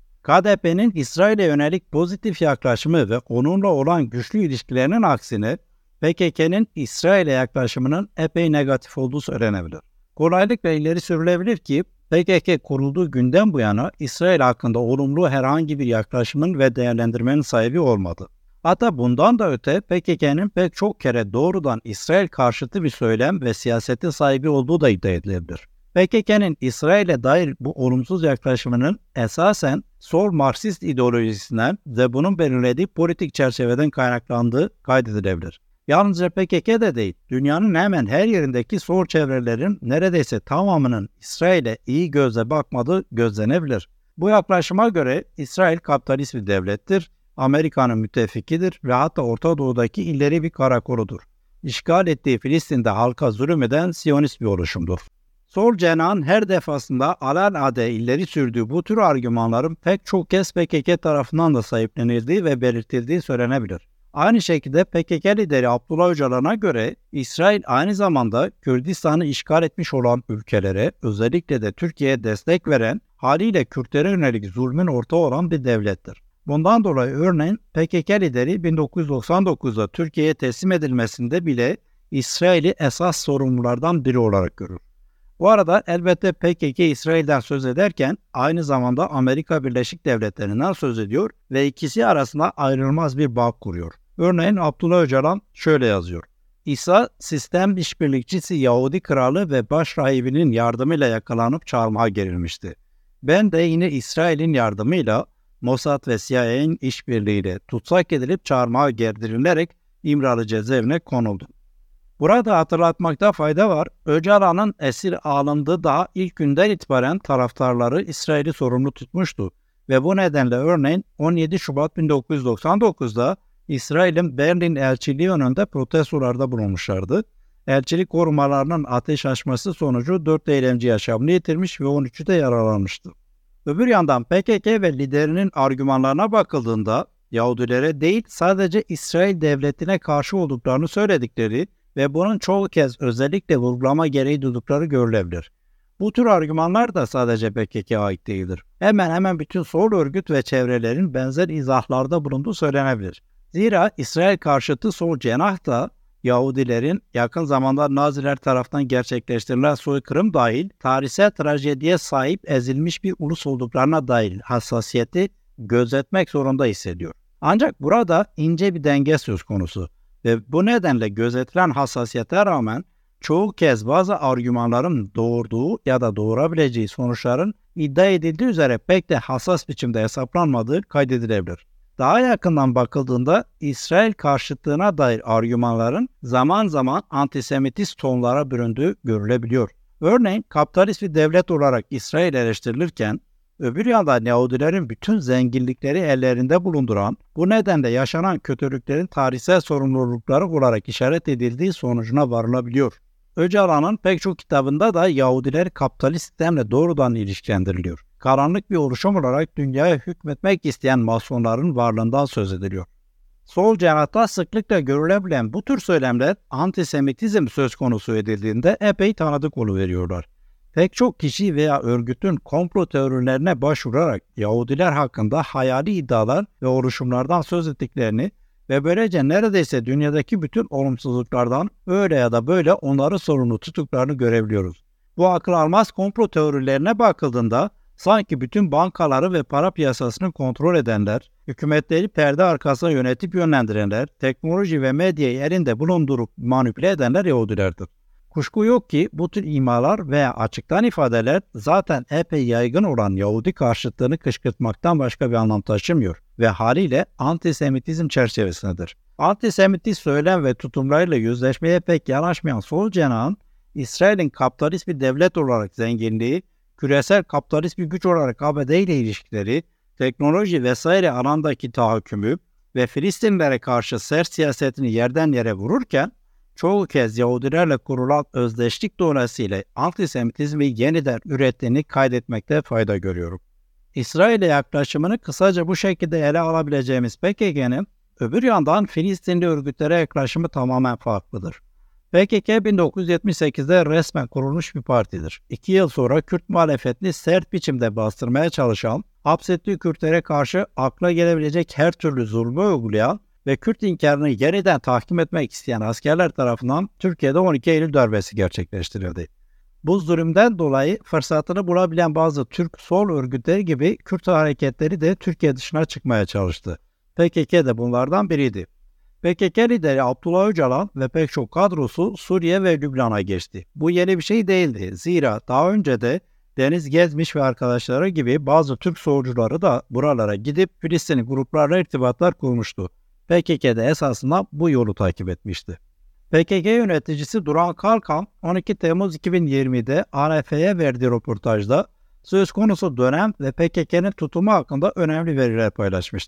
K D P'nin İsrail'e yönelik pozitif yaklaşımı ve onunla olan güçlü ilişkilerinin aksine P K K'nin İsrail'e yaklaşımının epey negatif olduğu söylenebilir. Kolaylıkla ileri sürülebilir ki P K K kurulduğu günden bu yana İsrail hakkında olumlu herhangi bir yaklaşımın ve değerlendirmenin sahibi olmadı. Hatta bundan da öte P K K'nin pek çok kere doğrudan İsrail karşıtı bir söylem ve siyasete sahibi olduğu da iddia edilebilir. P K K'nin İsrail'e dair bu olumsuz yaklaşımının esasen sol Marksist ideolojisinden ve bunun belirlediği politik çerçeveden kaynaklandığı kaydedilebilir. Yalnızca P K K'de değil, dünyanın hemen her yerindeki sol çevrelerin neredeyse tamamının İsrail'e iyi gözle bakmadığı gözlenebilir. Bu yaklaşıma göre İsrail kapitalist bir devlettir, Amerika'nın müttefikidir ve hatta Orta Doğu'daki ileri bir karakoludur. İşgal ettiği Filistin'de halka zulüm eden Siyonist bir oluşumdur. Sol cenahın her defasında alelade ileri sürdüğü bu tür argümanların pek çok kez P K K tarafından da sahiplenildiği ve belirtildiği söylenebilir. Aynı şekilde P K K lideri Abdullah Öcalan'a göre İsrail aynı zamanda Kürdistan'ı işgal etmiş olan ülkelere, özellikle de Türkiye'ye destek veren, haliyle Kürtlere yönelik zulmün ortağı olan bir devlettir. Bundan dolayı örneğin P K K lideri bin dokuz yüz doksan dokuzda Türkiye'ye teslim edilmesinde bile İsrail'i esas sorumlulardan biri olarak görür. Bu arada elbette P K K İsrail'den söz ederken aynı zamanda Amerika Birleşik Devletleri'nden söz ediyor ve ikisi arasında ayrılmaz bir bağ kuruyor. Örneğin Abdullah Öcalan şöyle yazıyor. İsa, sistem işbirlikçisi Yahudi kralı ve baş rahibinin yardımıyla yakalanıp çarmıha gerilmişti. Ben de yine İsrail'in yardımıyla Mossad ve C I A'nin işbirliğiyle tutsak edilip çarmıha gerdirilerek İmralı cezaevine konuldum. Burada hatırlatmakta fayda var. Öcalan'ın esir alındığı daha ilk günden itibaren taraftarları İsrail'i sorumlu tutmuştu ve bu nedenle örneğin on yedi Şubat bin dokuz yüz doksan dokuzda İsrail'in Berlin elçiliği önünde protestolarda bulunmuşlardı. Elçilik korumalarının ateş açması sonucu dört eylemci yaşamını yitirmiş ve on üçü de yaralanmıştı. Öbür yandan P K K ve liderinin argümanlarına bakıldığında Yahudilere değil sadece İsrail devletine karşı olduklarını söyledikleri ve bunun çoğu kez özellikle vurgulama gereği duydukları görülebilir. Bu tür argümanlar da sadece P K K'ya ait değildir. Hemen hemen bütün sol örgüt ve çevrelerin benzer izahlarda bulunduğu söylenebilir. Zira İsrail karşıtı sol cenah da Yahudilerin yakın zamanda Naziler tarafından gerçekleştirilen soykırım dahil tarihsel trajediye sahip ezilmiş bir ulus olduklarına dair hassasiyeti gözetmek zorunda hissediyor. Ancak burada ince bir denge söz konusu ve bu nedenle gözetilen hassasiyete rağmen çoğu kez bazı argümanların doğurduğu ya da doğurabileceği sonuçların iddia edildiği üzere pek de hassas biçimde hesaplanmadığı kaydedilebilir. Daha yakından bakıldığında İsrail karşıtlığına dair argümanların zaman zaman antisemitist tonlara büründüğü görülebiliyor. Örneğin kapitalist bir devlet olarak İsrail eleştirilirken, öbür yandan Yahudilerin bütün zenginlikleri ellerinde bulunduran, bu nedenle yaşanan kötülüklerin tarihsel sorumlulukları olarak işaret edildiği sonucuna varılabiliyor. Öcalan'ın pek çok kitabında da Yahudiler kapitalist sistemle doğrudan ilişkilendiriliyor. Karanlık bir oluşum olarak dünyaya hükmetmek isteyen masonların varlığından söz ediliyor. Sol cenahta sıklıkla görülebilen bu tür söylemler antisemitizm söz konusu edildiğinde epey tanıdık oluveriyorlar. Pek çok kişi veya örgütün komplo teorilerine başvurarak Yahudiler hakkında hayali iddialar ve oluşumlardan söz ettiklerini ve böylece neredeyse dünyadaki bütün olumsuzluklardan öyle ya da böyle onları sorumlu tuttuklarını görebiliyoruz. Bu akıl almaz komplo teorilerine bakıldığında sanki bütün bankaları ve para piyasasını kontrol edenler, hükümetleri perde arkasına yönetip yönlendirenler, teknoloji ve medyayı elinde bulundurup manipüle edenler Yahudilerdir. Kuşku yok ki bu tür imalar veya açıktan ifadeler zaten epey yaygın olan Yahudi karşıtlığını kışkırtmaktan başka bir anlam taşımıyor ve haliyle antisemitizm çerçevesindedir. Antisemitist söylem ve tutumlarıyla yüzleşmeye pek yanaşmayan sol cenahın, İsrail'in kapitalist bir devlet olarak zenginliği, küresel kapitalist bir güç olarak A B D ile ilişkileri, teknoloji vesaire alandaki tahakkümü ve Filistinlere karşı sert siyasetini yerden yere vururken, çoğu kez Yahudilerle kurulan özdeşlik dolayısıyla antisemitizmi yeniden ürettiğini kaydetmekte fayda görüyorum. İsrail'e yaklaşımını kısaca bu şekilde ele alabileceğimiz P K K'nin öbür yandan Filistinli örgütlere yaklaşımı tamamen farklıdır. P K K bin dokuz yüz yetmiş sekizde resmen kurulmuş bir partidir. İki yıl sonra Kürt muhalefetini sert biçimde bastırmaya çalışan, hapsettiği Kürtlere karşı akla gelebilecek her türlü zulmü uygulayan ve Kürt inkarını yeniden tahkim etmek isteyen askerler tarafından Türkiye'de on iki Eylül darbesi gerçekleştirildi. Bu zulümden dolayı fırsatını bulabilen bazı Türk sol örgütleri gibi Kürt hareketleri de Türkiye dışına çıkmaya çalıştı. P K K de bunlardan biriydi. P K K lideri Abdullah Öcalan ve pek çok kadrosu Suriye ve Lübnan'a geçti. Bu yeni bir şey değildi. Zira daha önce de Deniz Gezmiş ve arkadaşları gibi bazı Türk solcuları da buralara gidip Filistinli gruplarla irtibatlar kurmuştu. P K K'de esasında bu yolu takip etmişti. P K K yöneticisi Duran Kalkan on iki Temmuz iki bin yirmide A N F'ye verdiği röportajda söz konusu dönem ve P K K'nin tutumu hakkında önemli veriler paylaşmıştı.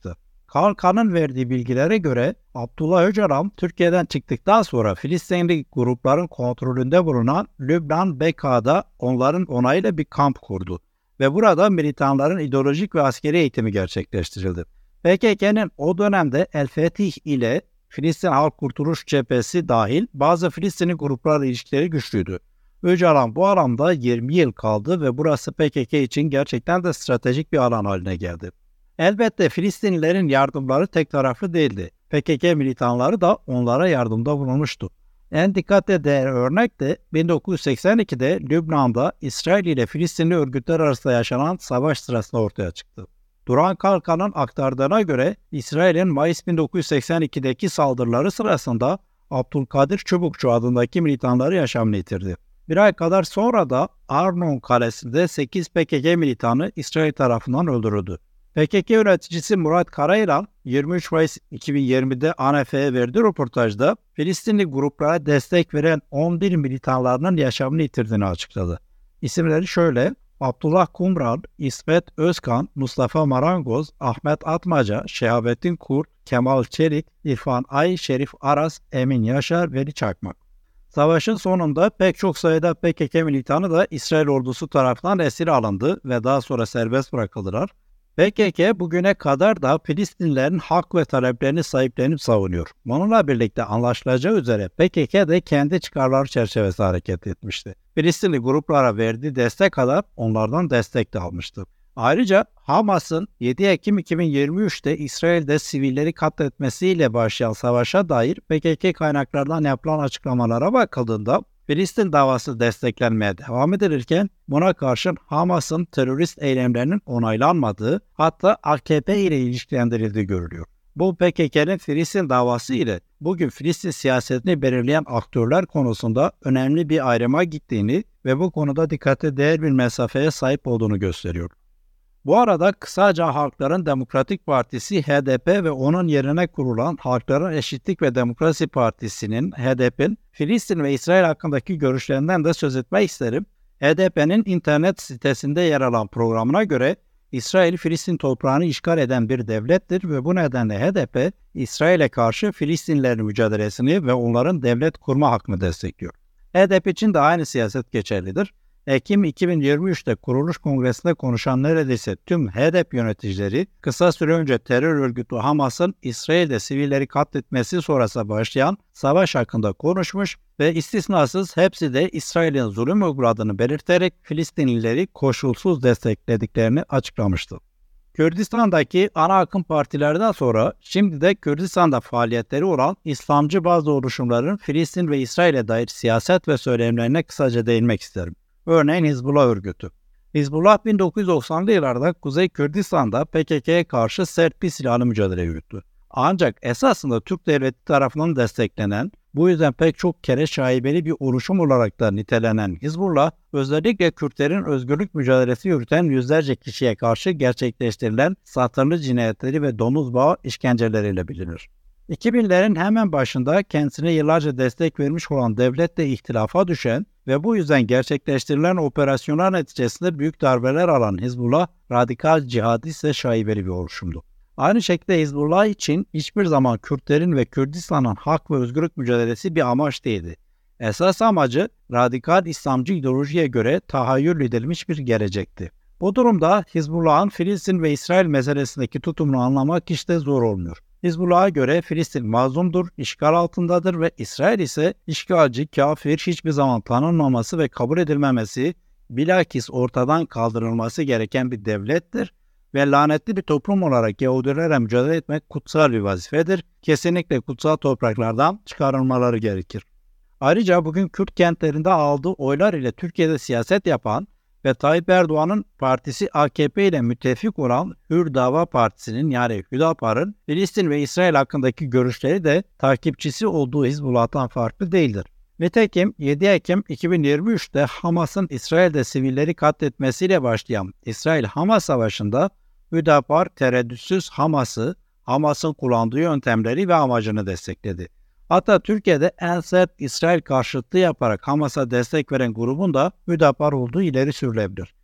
Kalkan'ın verdiği bilgilere göre Abdullah Öcalan Türkiye'den çıktıktan sonra Filistinli grupların kontrolünde bulunan Lübnan Beka'da onların onayıyla bir kamp kurdu ve burada militanların ideolojik ve askeri eğitimi gerçekleştirildi. P K K'nin o dönemde El Fetih ile Filistin Halk Kurtuluş Cephesi dahil bazı Filistinli gruplarla ilişkileri güçlüydü. Öcalan bu alanda yirmi yıl kaldı ve burası P K K için gerçekten de stratejik bir alan haline geldi. Elbette Filistinlilerin yardımları tek taraflı değildi. P K K militanları da onlara yardımda bulunmuştu. En dikkatle değer örnek de bin dokuz yüz seksen ikide Lübnan'da İsrail ile Filistinli örgütler arasında yaşanan savaş sırasında ortaya çıktı. Duran Kalkan'ın aktardığına göre İsrail'in Mayıs bin dokuz yüz seksen ikideki saldırıları sırasında Abdülkadir Çubukçu adındaki militanları yaşamını yitirdi. Bir ay kadar sonra da Arnon Kalesi'nde sekiz P K K militanı İsrail tarafından öldürüldü. P K K yöneticisi Murat Karayılan yirmi üç Mayıs iki bin yirmide A N F'ye verdiği röportajda Filistinli gruplara destek veren on bir militanlarının yaşamını yitirdiğini açıkladı. İsimleri şöyle: Abdullah Kumral, İsmet Özkan, Mustafa Marangoz, Ahmet Atmaca, Şehabettin Kurt, Kemal Çelik, İrfan Ay, Şerif Aras, Emin Yaşar, Veli Çakmak. Savaşın sonunda pek çok sayıda P K K militanı da İsrail ordusu tarafından esir alındı ve daha sonra serbest bırakıldılar. P K K bugüne kadar da Filistinlilerin hak ve taleplerini sahiplenip savunuyor. Bununla birlikte anlaşılacağı üzere P K K de kendi çıkarları çerçevesinde hareket etmişti. Filistinli gruplara verdiği destek kadar onlardan destek de almıştı. Ayrıca Hamas'ın yedi Ekim iki bin yirmi üçte İsrail'de sivilleri katletmesiyle başlayan savaşa dair P K K kaynaklardan yapılan açıklamalara bakıldığında Filistin davası desteklenmeye devam edilirken buna karşın Hamas'ın terörist eylemlerinin onaylanmadığı, hatta A K P ile ilişkilendirildiği görülüyor. Bu P K K'nin Filistin davası ile bugün Filistin siyasetini belirleyen aktörler konusunda önemli bir ayrıma gittiğini ve bu konuda dikkate değer bir mesafeye sahip olduğunu gösteriyor. Bu arada kısaca Halkların Demokratik Partisi H D P ve onun yerine kurulan Halkların Eşitlik ve Demokrasi Partisi'nin H D P'nin Filistin ve İsrail hakkındaki görüşlerinden de söz etmek isterim. H D P'nin internet sitesinde yer alan programına göre İsrail Filistin toprağını işgal eden bir devlettir ve bu nedenle H D P İsrail'e karşı Filistinlilerin mücadelesini ve onların devlet kurma hakkını destekliyor. H D P için de aynı siyaset geçerlidir. Ekim iki bin yirmi üçte kuruluş kongresinde konuşan neredeyse tüm H D P yöneticileri kısa süre önce terör örgütü Hamas'ın İsrail'de sivilleri katletmesi sonrası başlayan savaş hakkında konuşmuş ve istisnasız hepsi de İsrail'in zulüm uyguladığını belirterek Filistinlileri koşulsuz desteklediklerini açıklamıştı. Kürdistan'daki ana akım partilerden sonra şimdi de Kürdistan'da faaliyetleri olan İslamcı bazı oluşumların Filistin ve İsrail'e dair siyaset ve söylemlerine kısaca değinmek isterim. Örneğin Hizbullah örgütü. Hizbullah bin dokuz yüz doksanlı yıllarda Kuzey Kürdistan'da P K K'ye karşı sert bir silahlı mücadele yürüttü. Ancak esasında Türk devleti tarafından desteklenen, bu yüzden pek çok kere şaibeli bir oluşum olarak da nitelenen Hizbullah, özellikle Kürtlerin özgürlük mücadelesi yürüten yüzlerce kişiye karşı gerçekleştirilen satırlı cinayetleri ve domuz bağı işkenceleriyle bilinir. iki binlerin hemen başında kendisine yıllarca destek vermiş olan devletle ihtilafa düşen ve bu yüzden gerçekleştirilen operasyonlar neticesinde büyük darbeler alan Hizbullah, radikal cihadist ve şaibeli bir oluşumdu. Aynı şekilde Hizbullah için hiçbir zaman Kürtlerin ve Kürdistan'ın hak ve özgürlük mücadelesi bir amaç değildi. Esas amacı radikal İslamcı ideolojiye göre tahayyül edilmiş bir gelecekti. Bu durumda Hizbullah'ın Filistin ve İsrail meselesindeki tutumunu anlamak hiç de zor olmuyor. Hizbullah'a göre Filistin mazlumdur, işgal altındadır ve İsrail ise işgalci, kafir, hiçbir zaman tanınmaması ve kabul edilmemesi, bilakis ortadan kaldırılması gereken bir devlettir ve lanetli bir toplum olarak Yahudilerle mücadele etmek kutsal bir vazifedir. Kesinlikle kutsal topraklardan çıkarılmaları gerekir. Ayrıca bugün Kürt kentlerinde aldığı oylar ile Türkiye'de siyaset yapan ve Tayyip Erdoğan'ın partisi A K P ile müttefik olan Hür Dava Partisi'nin yani Hüdapar'ın Filistin ve İsrail hakkındaki görüşleri de takipçisi olduğu Hizbullah'tan farklı değildir. Nitekim yedi Ekim iki bin yirmi üçte Hamas'ın İsrail'de sivilleri katletmesiyle başlayan İsrail-Hamas savaşında Hüdapar tereddütsüz Hamas'ı, Hamas'ın kullandığı yöntemleri ve amacını destekledi. Hatta Türkiye'de en sert İsrail karşıtlığı yaparak Hamas'a destek veren grubun da Hüdapar olduğu ileri sürülebilir.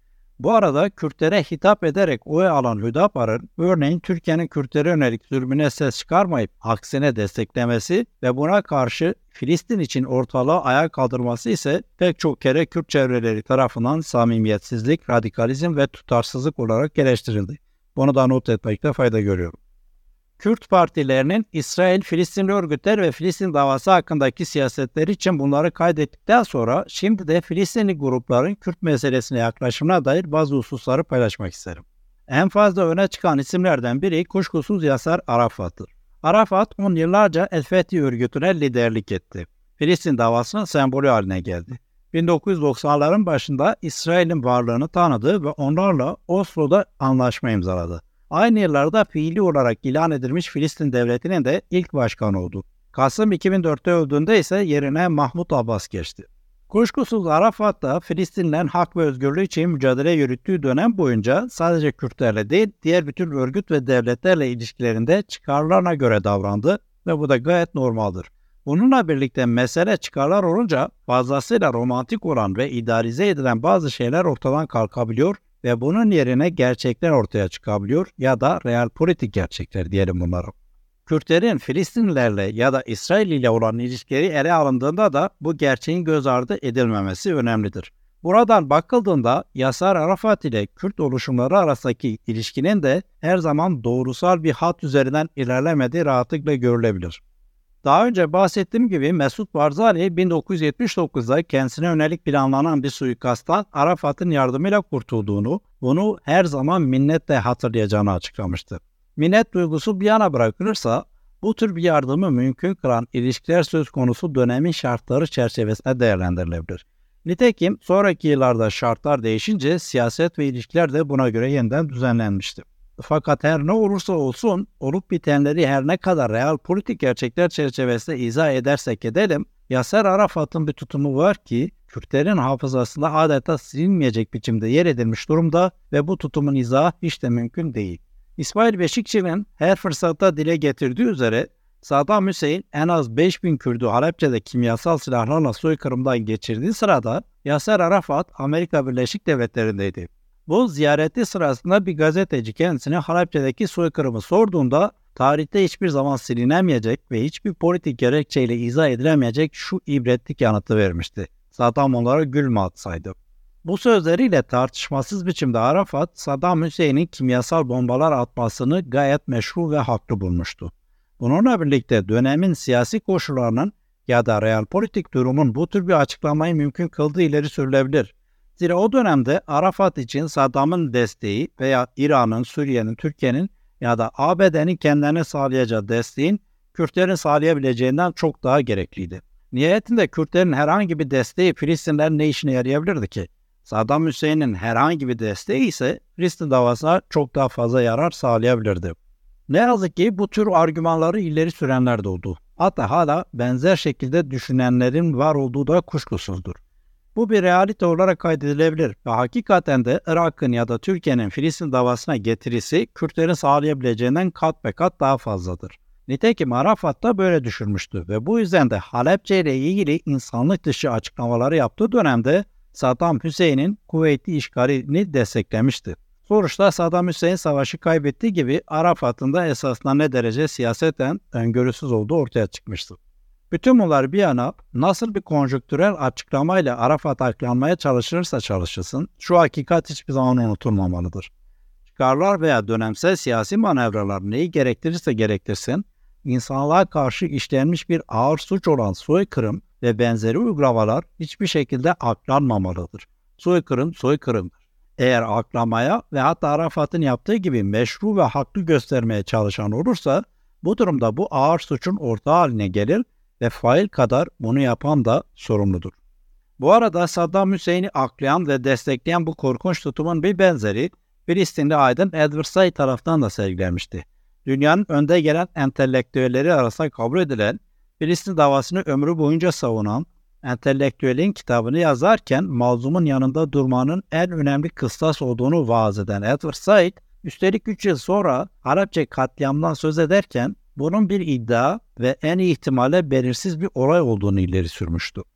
Bu arada Kürtlere hitap ederek oy alan Hüdapar'ın örneğin Türkiye'nin Kürtlere yönelik zulmüne ses çıkarmayıp aksine desteklemesi ve buna karşı Filistin için ortalığı ayağa kaldırması ise pek çok kere Kürt çevreleri tarafından samimiyetsizlik, radikalizm ve tutarsızlık olarak eleştirildi. Bunu da not etmekte fayda görüyorum. Kürt partilerinin İsrail, Filistinli örgütler ve Filistin davası hakkındaki siyasetleri için bunları kaydettikten sonra şimdi de Filistinli grupların Kürt meselesine yaklaşımına dair bazı hususları paylaşmak isterim. En fazla öne çıkan isimlerden biri kuşkusuz Yasser Arafat'tır. Arafat on yıllarca El-Fethi örgütüne liderlik etti. Filistin davasının sembolü haline geldi. bin dokuz yüz doksanların başında İsrail'in varlığını tanıdı ve onlarla Oslo'da anlaşma imzaladı. Aynı yıllarda fiili olarak ilan edilmiş Filistin Devleti'nin de ilk başkanı oldu. Kasım iki bin dörtte öldüğünde ise yerine Mahmut Abbas geçti. Kuşkusuz Arafat da Filistinlilerin hak ve özgürlüğü için mücadele yürüttüğü dönem boyunca sadece Kürtlerle değil, diğer bütün örgüt ve devletlerle ilişkilerinde çıkarlarına göre davrandı ve bu da gayet normaldir. Bununla birlikte mesele çıkarlar olunca fazlasıyla romantik olan ve idealize edilen bazı şeyler ortadan kalkabiliyor ve bunun yerine gerçekler ortaya çıkabiliyor ya da real politik gerçekler diyelim bunlara. Kürtlerin Filistinlilerle ya da İsrail ile olan ilişkileri ele alındığında da bu gerçeğin göz ardı edilmemesi önemlidir. Buradan bakıldığında Yasser Arafat ile Kürt oluşumları arasındaki ilişkinin de her zaman doğrusal bir hat üzerinden ilerlemediği rahatlıkla görülebilir. Daha önce bahsettiğim gibi Mesut Barzani bin dokuz yüz yetmiş dokuzda kendisine yönelik planlanan bir suikasttan Arafat'ın yardımıyla kurtulduğunu, bunu her zaman minnetle hatırlayacağını açıklamıştı. Minnet duygusu bir yana bırakılırsa, bu tür bir yardımı mümkün kılan ilişkiler söz konusu dönemin şartları çerçevesinde değerlendirilebilir. Nitekim sonraki yıllarda şartlar değişince siyaset ve ilişkiler de buna göre yeniden düzenlenmişti. Fakat her ne olursa olsun olup bitenleri her ne kadar real politik gerçekler çerçevesinde izah edersek edelim, Yasser Arafat'ın bir tutumu var ki Kürtlerin hafızasında adeta silinmeyecek biçimde yer edilmiş durumda ve bu tutumun izahı hiç de mümkün değil. İsmail Beşikçi'nin her fırsatta dile getirdiği üzere Saddam Hüseyin en az beş bin Kürt'ü Halepçe'de kimyasal silahlarla soykırımdan geçirdiği sırada Yasser Arafat Amerika Birleşik Devletleri'ndeydi. Bu ziyareti sırasında bir gazeteci kendisine Halepçe'deki soykırımı sorduğunda tarihte hiçbir zaman silinemeyecek ve hiçbir politik gerekçeyle izah edilemeyecek şu ibretlik yanıtı vermişti. Saddam onlara gül mü atsaydı? Bu sözleriyle tartışmasız biçimde Arafat, Saddam Hüseyin'in kimyasal bombalar atmasını gayet meşru ve haklı bulmuştu. Bununla birlikte dönemin siyasi koşullarının ya da real politik durumun bu tür bir açıklamayı mümkün kıldığı ileri sürülebilir. Zira o dönemde Arafat için Saddam'ın desteği veya İran'ın, Suriye'nin, Türkiye'nin ya da A B D'nin kendilerine sağlayacağı desteğin Kürtlerin sağlayabileceğinden çok daha gerekliydi. Nihayetinde Kürtlerin herhangi bir desteği Filistinlerin ne işine yarayabilirdi ki? Saddam Hüseyin'in herhangi bir desteği ise Filistin davasına çok daha fazla yarar sağlayabilirdi. Ne yazık ki bu tür argümanları ileri sürenler de oldu. Hatta hala benzer şekilde düşünenlerin var olduğu da kuşkusuzdur. Bu bir realite olarak kaydedilebilir ve hakikaten de Irak'ın ya da Türkiye'nin Filistin davasına getirisi Kürtlerin sağlayabileceğinden kat be kat daha fazladır. Nitekim Arafat da böyle düşünmüştü ve bu yüzden de Halepçe ile ilgili insanlık dışı açıklamaları yaptığı dönemde Saddam Hüseyin'in kuvvetli işgalini desteklemişti. Sonuçta Saddam Hüseyin savaşı kaybettiği gibi Arafat'ın da esasında ne derece siyaseten öngörüsüz olduğu ortaya çıkmıştı. Bütün bunlar bir yana nasıl bir konjonktürel açıklamayla Arafat aklanmaya çalışılırsa çalışılsın, şu hakikat hiçbir zaman unutulmamalıdır. Çıkarlar veya dönemsel siyasi manevralar neyi gerektirirse gerektirsin, insanlığa karşı işlenmiş bir ağır suç olan soykırım ve benzeri uygulamalar hiçbir şekilde aklanmamalıdır. Soykırım soykırımdır. Eğer aklamaya ve hatta Arafat'ın yaptığı gibi meşru ve haklı göstermeye çalışan olursa, bu durumda bu ağır suçun ortağı haline gelir ve fail kadar bunu yapan da sorumludur. Bu arada Saddam Hüseyin'i aklayan ve destekleyen bu korkunç tutumun bir benzeri Filistinli aydın Edward Said tarafından da sergilenmişti. Dünyanın önde gelen entelektüelleri arasında kabul edilen, Filistin davasını ömrü boyunca savunan, entelektüelin kitabını yazarken mazlumun yanında durmanın en önemli kıstas olduğunu vaaz eden Edward Said, üstelik üç yıl sonra Halepçe katliamdan söz ederken bunun bir iddia ve en iyi ihtimalle belirsiz bir olay olduğunu ileri sürmüştü.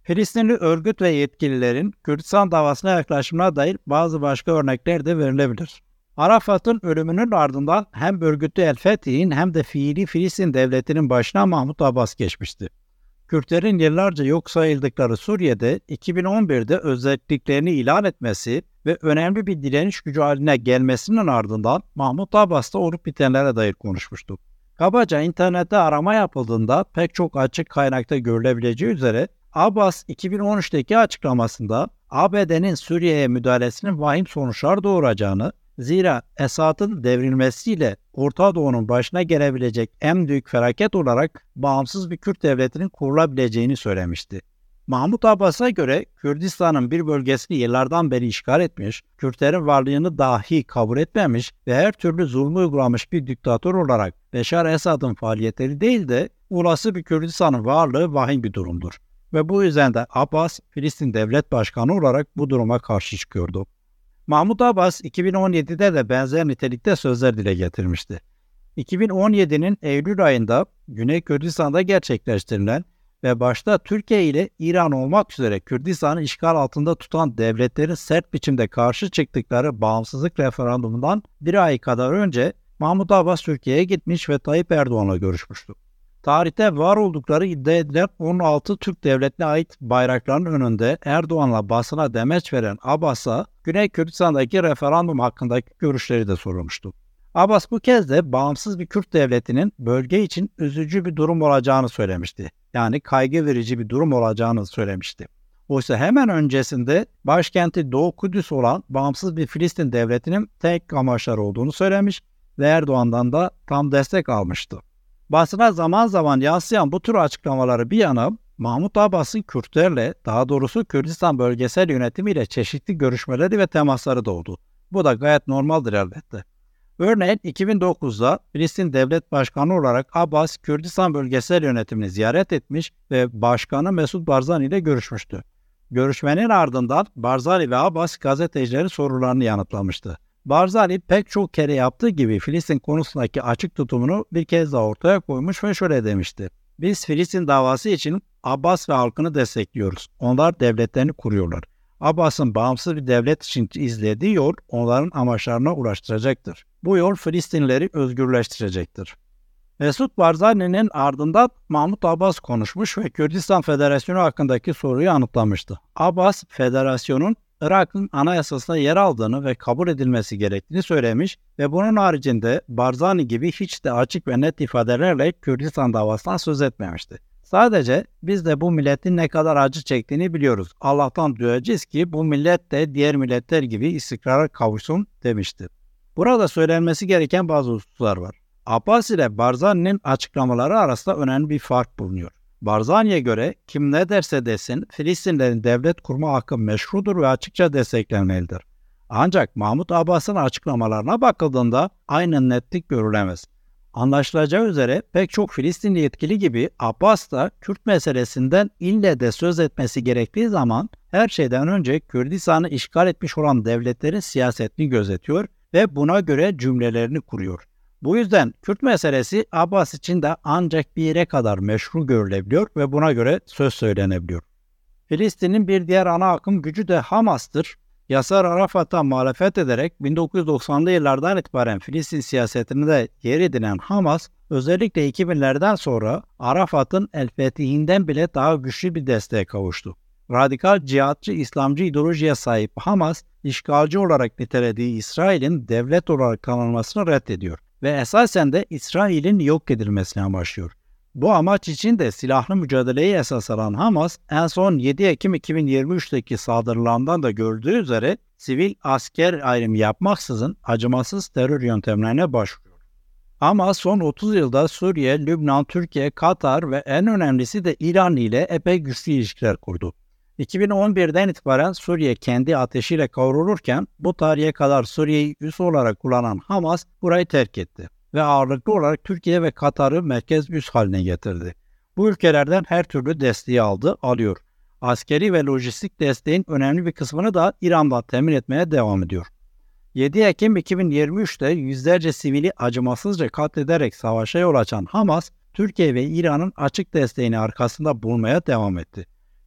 Filistinli örgüt ve yetkililerin Kürdistan davasına yaklaşımına dair bazı başka örnekler de verilebilir. Arafat'ın ölümünün ardından hem örgütü El-Fethi'nin hem de fiili Filistin devletinin başına Mahmut Abbas geçmişti. Kürtlerin yıllarca yok sayıldıkları Suriye'de iki bin on birde özelliklerini ilan etmesi ve önemli bir direniş gücü haline gelmesinin ardından Mahmut Abbas da olup bitenlere dair konuşmuştu. Kabaca internette arama yapıldığında pek çok açık kaynakta görülebileceği üzere Abbas iki bin on üçteki açıklamasında A B D'nin Suriye'ye müdahalesinin vahim sonuçlar doğuracağını, zira Esad'ın devrilmesiyle Orta Doğu'nun başına gelebilecek en büyük felaket olarak bağımsız bir Kürt devletinin kurulabileceğini söylemişti. Mahmut Abbas'a göre Kürdistan'ın bir bölgesini yıllardan beri işgal etmiş, Kürtlerin varlığını dahi kabul etmemiş ve her türlü zulmü uygulamış bir diktatör olarak Beşar Esad'ın faaliyetleri değil de olası bir Kürdistan'ın varlığı vahim bir durumdur. Ve bu yüzden de Abbas, Filistin Devlet Başkanı olarak bu duruma karşı çıkıyordu. Mahmut Abbas iki bin on yedide de benzer nitelikte sözler dile getirmişti. iki bin on yedinin Eylül ayında Güney Kürdistan'da gerçekleştirilen ve başta Türkiye ile İran olmak üzere Kürdistan'ı işgal altında tutan devletlerin sert biçimde karşı çıktıkları bağımsızlık referandumundan bir ay kadar önce Mahmut Abbas Türkiye'ye gitmiş ve Tayyip Erdoğan'la görüşmüştü. Tarihte var oldukları iddia edilen on altı Türk devletine ait bayrakların önünde Erdoğan'la basına demeç veren Abbas'a Güney Kürdistan'daki referandum hakkındaki görüşleri de sorulmuştu. Abbas bu kez de bağımsız bir Kürt devletinin bölge için üzücü bir durum olacağını söylemişti. Yani kaygı verici bir durum olacağını söylemişti. Oysa hemen öncesinde başkenti Doğu Kudüs olan bağımsız bir Filistin devletinin tek amaçları olduğunu söylemiş ve Erdoğan'dan da tam destek almıştı. Basına zaman zaman yansıyan bu tür açıklamaları bir yana Mahmut Abbas'ın Kürtlerle, daha doğrusu Kürdistan bölgesel yönetimiyle çeşitli görüşmeleri ve temasları da oldu. Bu da gayet normaldir elbette. Örneğin iki bin dokuzda Filistin Devlet Başkanı olarak Abbas, Kürdistan bölgesel yönetimini ziyaret etmiş ve Başkanı Mesut Barzani ile görüşmüştü. Görüşmenin ardından Barzani ve Abbas gazetecilerin sorularını yanıtlamıştı. Barzani pek çok kere yaptığı gibi Filistin konusundaki açık tutumunu bir kez daha ortaya koymuş ve şöyle demişti. Biz Filistin davası için Abbas ve halkını destekliyoruz. Onlar devletlerini kuruyorlar. Abbas'ın bağımsız bir devlet için izlediği yol onların amaçlarına ulaştıracaktır. Bu yol Filistinlileri özgürleştirecektir. Mesut Barzani'nin ardından Mahmut Abbas konuşmuş ve Kürdistan Federasyonu hakkındaki soruyu yanıtlamıştı. Abbas, federasyonun Irak'ın anayasasında yer aldığını ve kabul edilmesi gerektiğini söylemiş ve bunun haricinde Barzani gibi hiç de açık ve net ifadelerle Kürdistan davasından söz etmemişti. Sadece biz de bu milletin ne kadar acı çektiğini biliyoruz. Allah'tan duyacağız ki bu millet de diğer milletler gibi istikrara kavuşsun demişti. Burada söylenmesi gereken bazı hususlar var. Abbas ile Barzani'nin açıklamaları arasında önemli bir fark bulunuyor. Barzani'ye göre kim ne derse desin Filistinlerin devlet kurma hakkı meşrudur ve açıkça desteklenmelidir. Ancak Mahmut Abbas'ın açıklamalarına bakıldığında aynı netlik görülemez. Anlaşılacağı üzere pek çok Filistinli yetkili gibi Abbas da Kürt meselesinden ille de söz etmesi gerektiği zaman her şeyden önce Kürdistan'ı işgal etmiş olan devletlerin siyasetini gözetiyor ve buna göre cümlelerini kuruyor. Bu yüzden Kürt meselesi Abbas için de ancak bir yere kadar meşru görülebiliyor ve buna göre söz söylenebiliyor. Filistin'in bir diğer ana akım gücü de Hamas'tır. Yasser Arafat'a muhalefet ederek bin dokuz yüz doksanlı yıllardan itibaren Filistin siyasetinde yer edinen Hamas, özellikle iki binlerden sonra Arafat'ın El-Fethi'nden bile daha güçlü bir desteğe kavuştu. Radikal cihatçı İslamcı ideolojiye sahip Hamas, işgalci olarak nitelediği İsrail'in devlet olarak tanınmasını reddediyor ve esasen de İsrail'in yok edilmesini amaçlıyor. Bu amaç için de silahlı mücadeleyi esas alan Hamas, en son yedi Ekim iki bin yirmi üçteki saldırılarından da gördüğü üzere sivil asker ayrımı yapmaksızın acımasız terör yöntemlerine başvuruyor. Ama son otuz yılda Suriye, Lübnan, Türkiye, Katar ve en önemlisi de İran ile epey güçlü ilişkiler kurdu. iki bin on birden itibaren Suriye kendi ateşiyle kavrulurken bu tarihe kadar Suriye'yi üs olarak kullanan Hamas burayı terk etti ve ağırlıklı olarak Türkiye ve Katar'ı merkez üs haline getirdi. Bu ülkelerden her türlü desteği aldı, alıyor. Askeri ve lojistik desteğin önemli bir kısmını da İran'dan temin etmeye devam ediyor. yedi Ekim iki bin yirmi üçte yüzlerce sivili acımasızca katlederek savaşa yol açan Hamas, Türkiye ve İran'ın açık desteğini arkasında bulmaya devam etti.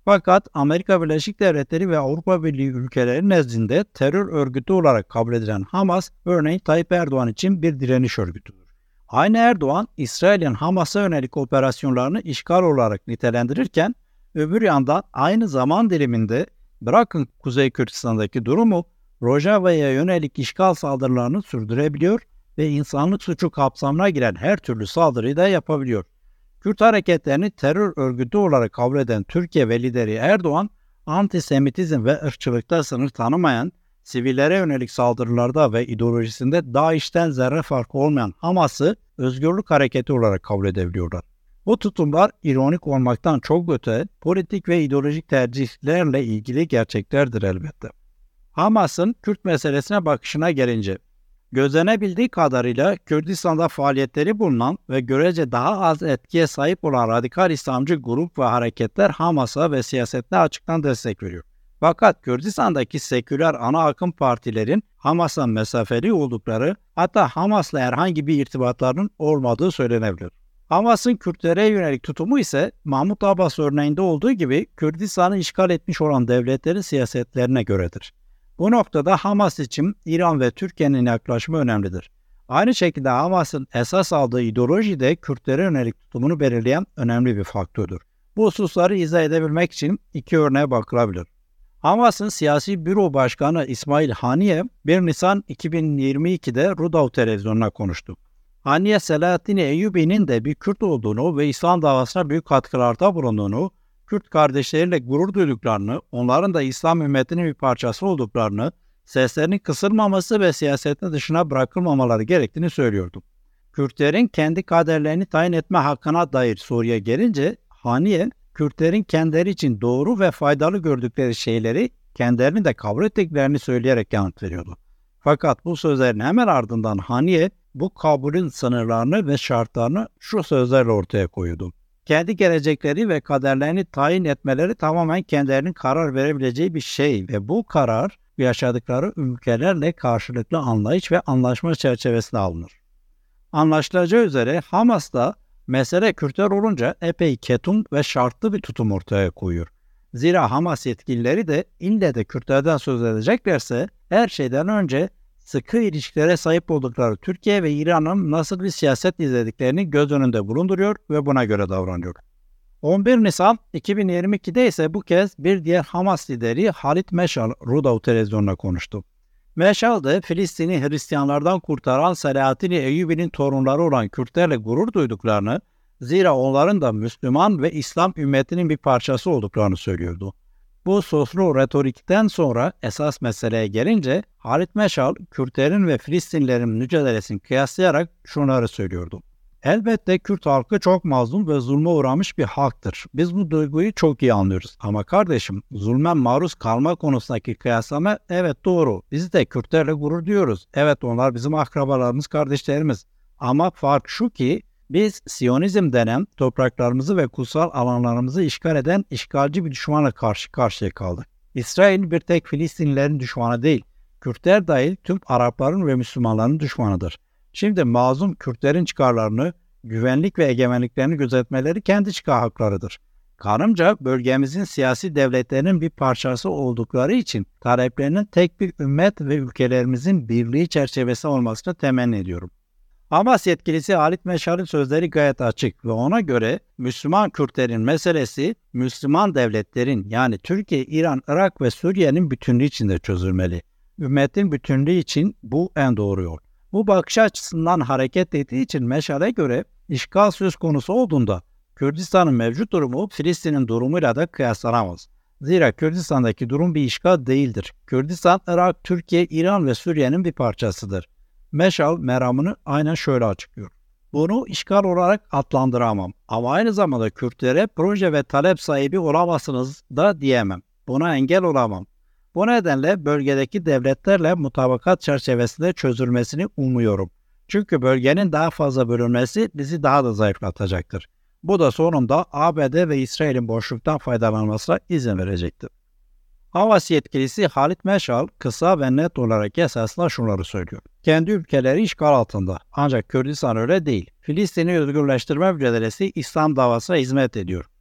Fakat Amerika Birleşik Devletleri ve Avrupa Birliği ülkeleri nezdinde terör örgütü olarak kabul edilen Hamas, örneğin Tayyip Erdoğan için bir direniş örgütüdür. Aynı Erdoğan, İsrail'in Hamas'a yönelik operasyonlarını işgal olarak nitelendirirken, öbür yandan aynı zaman diliminde bırakın Kuzey Kürdistan'daki durumu, Rojava'ya yönelik işgal saldırılarını sürdürebiliyor ve insanlık suçu kapsamına giren her türlü saldırıyı da yapabiliyor. Kürt hareketlerini terör örgütü olarak kabul eden Türkiye ve lideri Erdoğan, antisemitizm ve ırkçılıkta sınır tanımayan, sivillere yönelik saldırılarda ve ideolojisinde DAEŞ'ten zerre farkı olmayan Hamas'ı özgürlük hareketi olarak kabul edebiliyorlar. Bu tutumlar ironik olmaktan çok öte, politik ve ideolojik tercihlerle ilgili gerçeklerdir elbette. Hamas'ın Kürt meselesine bakışına gelince, gözlenebildiği kadarıyla Kürdistan'da faaliyetleri bulunan ve görece daha az etkiye sahip olan radikal İslamcı grup ve hareketler Hamas'a ve siyasetine açıktan destek veriyor. Fakat Kürdistan'daki seküler ana akım partilerin Hamas'a mesafeli oldukları, hatta Hamas'la herhangi bir irtibatlarının olmadığı söylenebilir. Hamas'ın Kürtlere yönelik tutumu ise Mahmut Abbas örneğinde olduğu gibi Kürdistan'ı işgal etmiş olan devletlerin siyasetlerine göredir. Bu noktada Hamas için İran ve Türkiye'nin yaklaşımı önemlidir. Aynı şekilde Hamas'ın esas aldığı ideoloji de Kürtlere yönelik tutumunu belirleyen önemli bir faktördür. Bu hususları izah edebilmek için iki örneğe bakılabilir. Hamas'ın siyasi büro başkanı İsmail Haniye bir Nisan iki bin yirmi iki'de Rudav televizyonuna konuştu. Haniye, Selahattin Eyyubi'nin de bir Kürt olduğunu ve İslam davasına büyük katkılarda bulunduğunu, Kürt kardeşleriyle gurur duyduklarını, onların da İslam ümmetinin bir parçası olduklarını, seslerinin kısılmaması ve siyasetin dışına bırakılmamaları gerektiğini söylüyordu. Kürtlerin kendi kaderlerini tayin etme hakkına dair soruya gelince, Haniye, Kürtlerin kendileri için doğru ve faydalı gördükleri şeyleri kendilerini de kabul ettiklerini söyleyerek yanıt veriyordu. Fakat bu sözlerin hemen ardından Haniye, bu kabulün sınırlarını ve şartlarını şu sözlerle ortaya koyuyordu. Kendi gelecekleri ve kaderlerini tayin etmeleri tamamen kendilerinin karar verebileceği bir şey ve bu karar yaşadıkları ülkelerle karşılıklı anlayış ve anlaşma çerçevesinde alınır. Anlaşılacağı üzere Hamas da mesele Kürtler olunca epey ketum ve şartlı bir tutum ortaya koyuyor. Zira Hamas yetkilileri de ille de Kürtlerden söz edeceklerse her şeyden önce sıkı ilişkilere sahip oldukları Türkiye ve İran'ın nasıl bir siyaset izlediklerini göz önünde bulunduruyor ve buna göre davranıyor. on bir Nisan iki bin yirmi iki'de ise bu kez bir diğer Hamas lideri Halit Meşal Rudav televizyonuna konuştu. Meşal de Filistin'i Hristiyanlardan kurtaran Selahattin Eyyubi'nin torunları olan Kürtlerle gurur duyduklarını, zira onların da Müslüman ve İslam ümmetinin bir parçası olduklarını söylüyordu. Bu soslu retorikten sonra esas meseleye gelince Halit Meşal, Kürtlerin ve Filistinlilerin mücadelesini kıyaslayarak şunları söylüyordu. Elbette Kürt halkı çok mazlum ve zulme uğramış bir halktır. Biz bu duyguyu çok iyi anlıyoruz. Ama kardeşim, zulme maruz kalma konusundaki kıyaslama evet doğru. Biz de Kürtlerle gurur duyuyoruz. Evet, onlar bizim akrabalarımız, kardeşlerimiz. Ama fark şu ki biz Siyonizm denen topraklarımızı ve kutsal alanlarımızı işgal eden işgalci bir düşmanla karşı karşıya kaldık. İsrail bir tek Filistinlilerin düşmanı değil, Kürtler dahil tüm Arapların ve Müslümanların düşmanıdır. Şimdi mazlum Kürtlerin çıkarlarını, güvenlik ve egemenliklerini gözetmeleri kendi çıkar haklarıdır. Kanımca bölgemizin siyasi devletlerinin bir parçası oldukları için taleplerinin tek bir ümmet ve ülkelerimizin birliği çerçevesi olmasını temenni ediyorum. Hamas yetkilisi Halit Meşal'in sözleri gayet açık ve ona göre Müslüman Kürtlerin meselesi Müslüman devletlerin yani Türkiye, İran, Irak ve Suriye'nin bütünlüğü içinde çözülmeli. Ümmetin bütünlüğü için bu en doğru yol. Bu bakış açısından hareket ettiği için Meşal'e göre işgal söz konusu olduğunda Kürdistan'ın mevcut durumu Filistin'in durumuyla da kıyaslanamaz. Zira Kürdistan'daki durum bir işgal değildir. Kürdistan, Irak, Türkiye, İran ve Suriye'nin bir parçasıdır. Meşal meramını aynen şöyle açıklıyor. Bunu işgal olarak adlandıramam ama aynı zamanda Kürtlere proje ve talep sahibi olamazsınız da diyemem. Buna engel olamam. Bu nedenle bölgedeki devletlerle mutabakat çerçevesinde çözülmesini umuyorum. Çünkü bölgenin daha fazla bölünmesi bizi daha da zayıflatacaktır. Bu da sonunda A B D ve İsrail'in boşluktan faydalanmasına izin verecektir. Hamas yetkilisi Halit Meşal kısa ve net olarak esasla şunları söylüyor. Kendi ülkeleri işgal altında. Ancak Kürdistan öyle değil. Filistin'i özgürleştirme mücadelesi İslam davasına hizmet ediyor.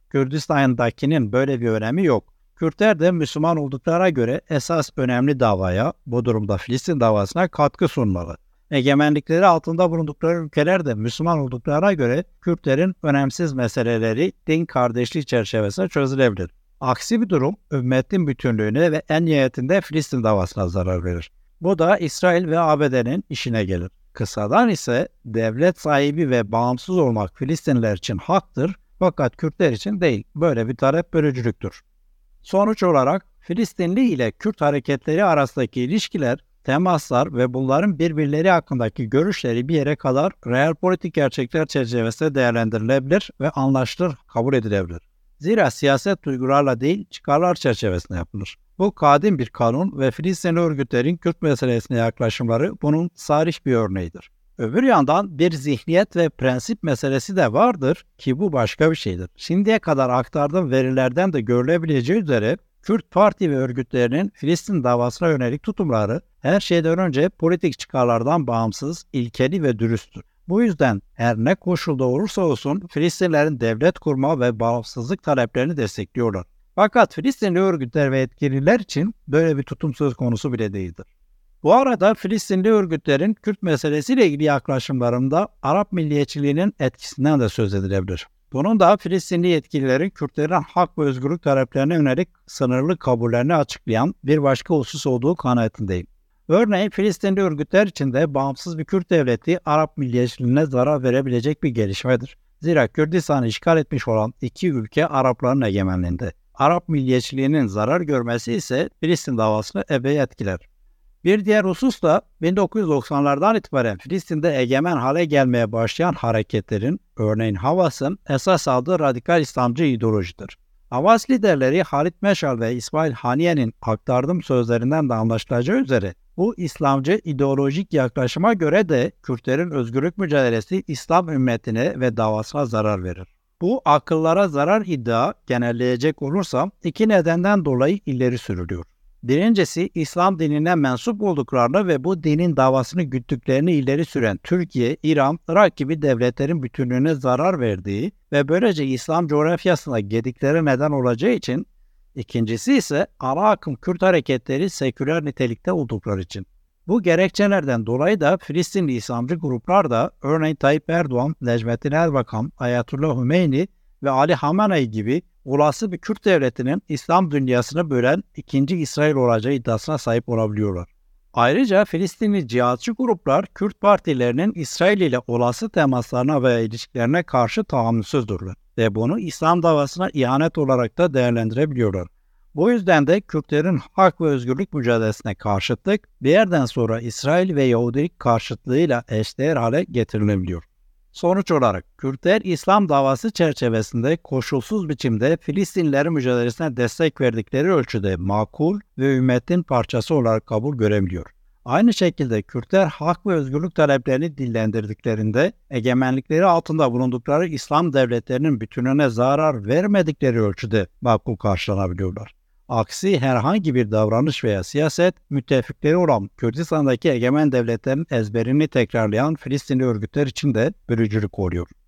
Kürdistan'dakinin böyle bir önemi yok. Kürtler de Müslüman olduklarına göre esas önemli davaya, bu durumda Filistin davasına katkı sunmalı. Egemenlikleri altında bulundukları ülkeler de Müslüman olduklarına göre Kürtlerin önemsiz meseleleri din kardeşliği çerçevesinde çözülebilir. Aksi bir durum ümmetin bütünlüğüne ve en nihayetinde Filistin davasına zarar verir. Bu da İsrail ve A B D'nin işine gelir. Kısadan ise devlet sahibi ve bağımsız olmak Filistinliler için haktır fakat Kürtler için değil. Böyle bir talep bölücülüktür. Sonuç olarak Filistinli ile Kürt hareketleri arasındaki ilişkiler, temaslar ve bunların birbirleri hakkındaki görüşleri bir yere kadar reel politik gerçekler çerçevesinde değerlendirilebilir ve anlaşılır, kabul edilebilir. Zira siyaset duygularla değil, çıkarlar çerçevesinde yapılır. Bu kadim bir kanun ve Filistinli örgütlerin Kürt meselesine yaklaşımları bunun sarih bir örneğidir. Öbür yandan bir zihniyet ve prensip meselesi de vardır ki bu başka bir şeydir. Şimdiye kadar aktardığım verilerden de görülebileceği üzere Kürt parti ve örgütlerinin Filistin davasına yönelik tutumları her şeyden önce politik çıkarlardan bağımsız, ilkeli ve dürüsttür. Bu yüzden her ne koşulda olursa olsun Filistinlerin devlet kurma ve bağımsızlık taleplerini destekliyorlar. Fakat Filistinli örgütler ve yetkililer için böyle bir tutum söz konusu bile değildir. Bu arada Filistinli örgütlerin Kürt meselesiyle ilgili yaklaşımlarında Arap milliyetçiliğinin etkisinden de söz edilebilir. Bunun da Filistinli yetkililerin Kürtlerin hak ve özgürlük taleplerine yönelik sınırlı kabullerini açıklayan bir başka husus olduğu kanaatindeyim. Örneğin Filistinli örgütler için de bağımsız bir Kürt devleti Arap milliyetçiliğine zarar verebilecek bir gelişmedir. Zira Kürdistan'ı işgal etmiş olan iki ülke Arapların egemenliğinde. Arap milliyetçiliğinin zarar görmesi ise Filistin davasını epey etkiler. Bir diğer husus da bin dokuz yüz doksanlardan itibaren Filistin'de egemen hale gelmeye başlayan hareketlerin, örneğin Havas'ın esas aldığı radikal İslamcı ideolojidir. Havas liderleri Halit Meşal ve İsmail Haniye'nin aktardığım sözlerinden de anlaşılacağı üzere bu İslamcı ideolojik yaklaşıma göre de Kürtlerin özgürlük mücadelesi İslam ümmetine ve davasına zarar verir. Bu akıllara zarar iddia genelleyecek olursam iki nedenden dolayı ileri sürülüyor. Birincisi İslam dinine mensup olduklarını ve bu dinin davasını güttüklerini ileri süren Türkiye, İran, Irak gibi devletlerin bütünlüğüne zarar verdiği ve böylece İslam coğrafyasına gedikleri neden olacağı için, ikincisi ise ana akım Kürt hareketleri seküler nitelikte oldukları için. Bu gerekçelerden dolayı da Filistinli İslamcı gruplar da örneğin Tayyip Erdoğan, Necmettin Erbakan, Ayetullah Hümeyni ve Ali Hamenei gibi olası bir Kürt devletinin İslam dünyasını bölen ikinci İsrail olacağı iddiasına sahip olabiliyorlar. Ayrıca Filistinli cihatçı gruplar Kürt partilerinin İsrail ile olası temaslarına veya ilişkilerine karşı tahammülsüzdürler ve bunu İslam davasına ihanet olarak da değerlendirebiliyorlar. Bu yüzden de Kürtlerin hak ve özgürlük mücadelesine karşıtlık bir yerden sonra İsrail ve Yahudilik karşıtlığıyla eşdeğer hale getirilebiliyor. Sonuç olarak Kürtler İslam davası çerçevesinde koşulsuz biçimde Filistinlilerin mücadelesine destek verdikleri ölçüde makul ve ümmetin parçası olarak kabul görebiliyor. Aynı şekilde Kürtler hak ve özgürlük taleplerini dillendirdiklerinde egemenlikleri altında bulundukları İslam devletlerinin bütününe zarar vermedikleri ölçüde makul karşılanabiliyorlar. Aksi herhangi bir davranış veya siyaset müttefikleri olan Kürdistan'daki egemen devletlerin ezberini tekrarlayan Filistinli örgütler için de bölücülük oluyor.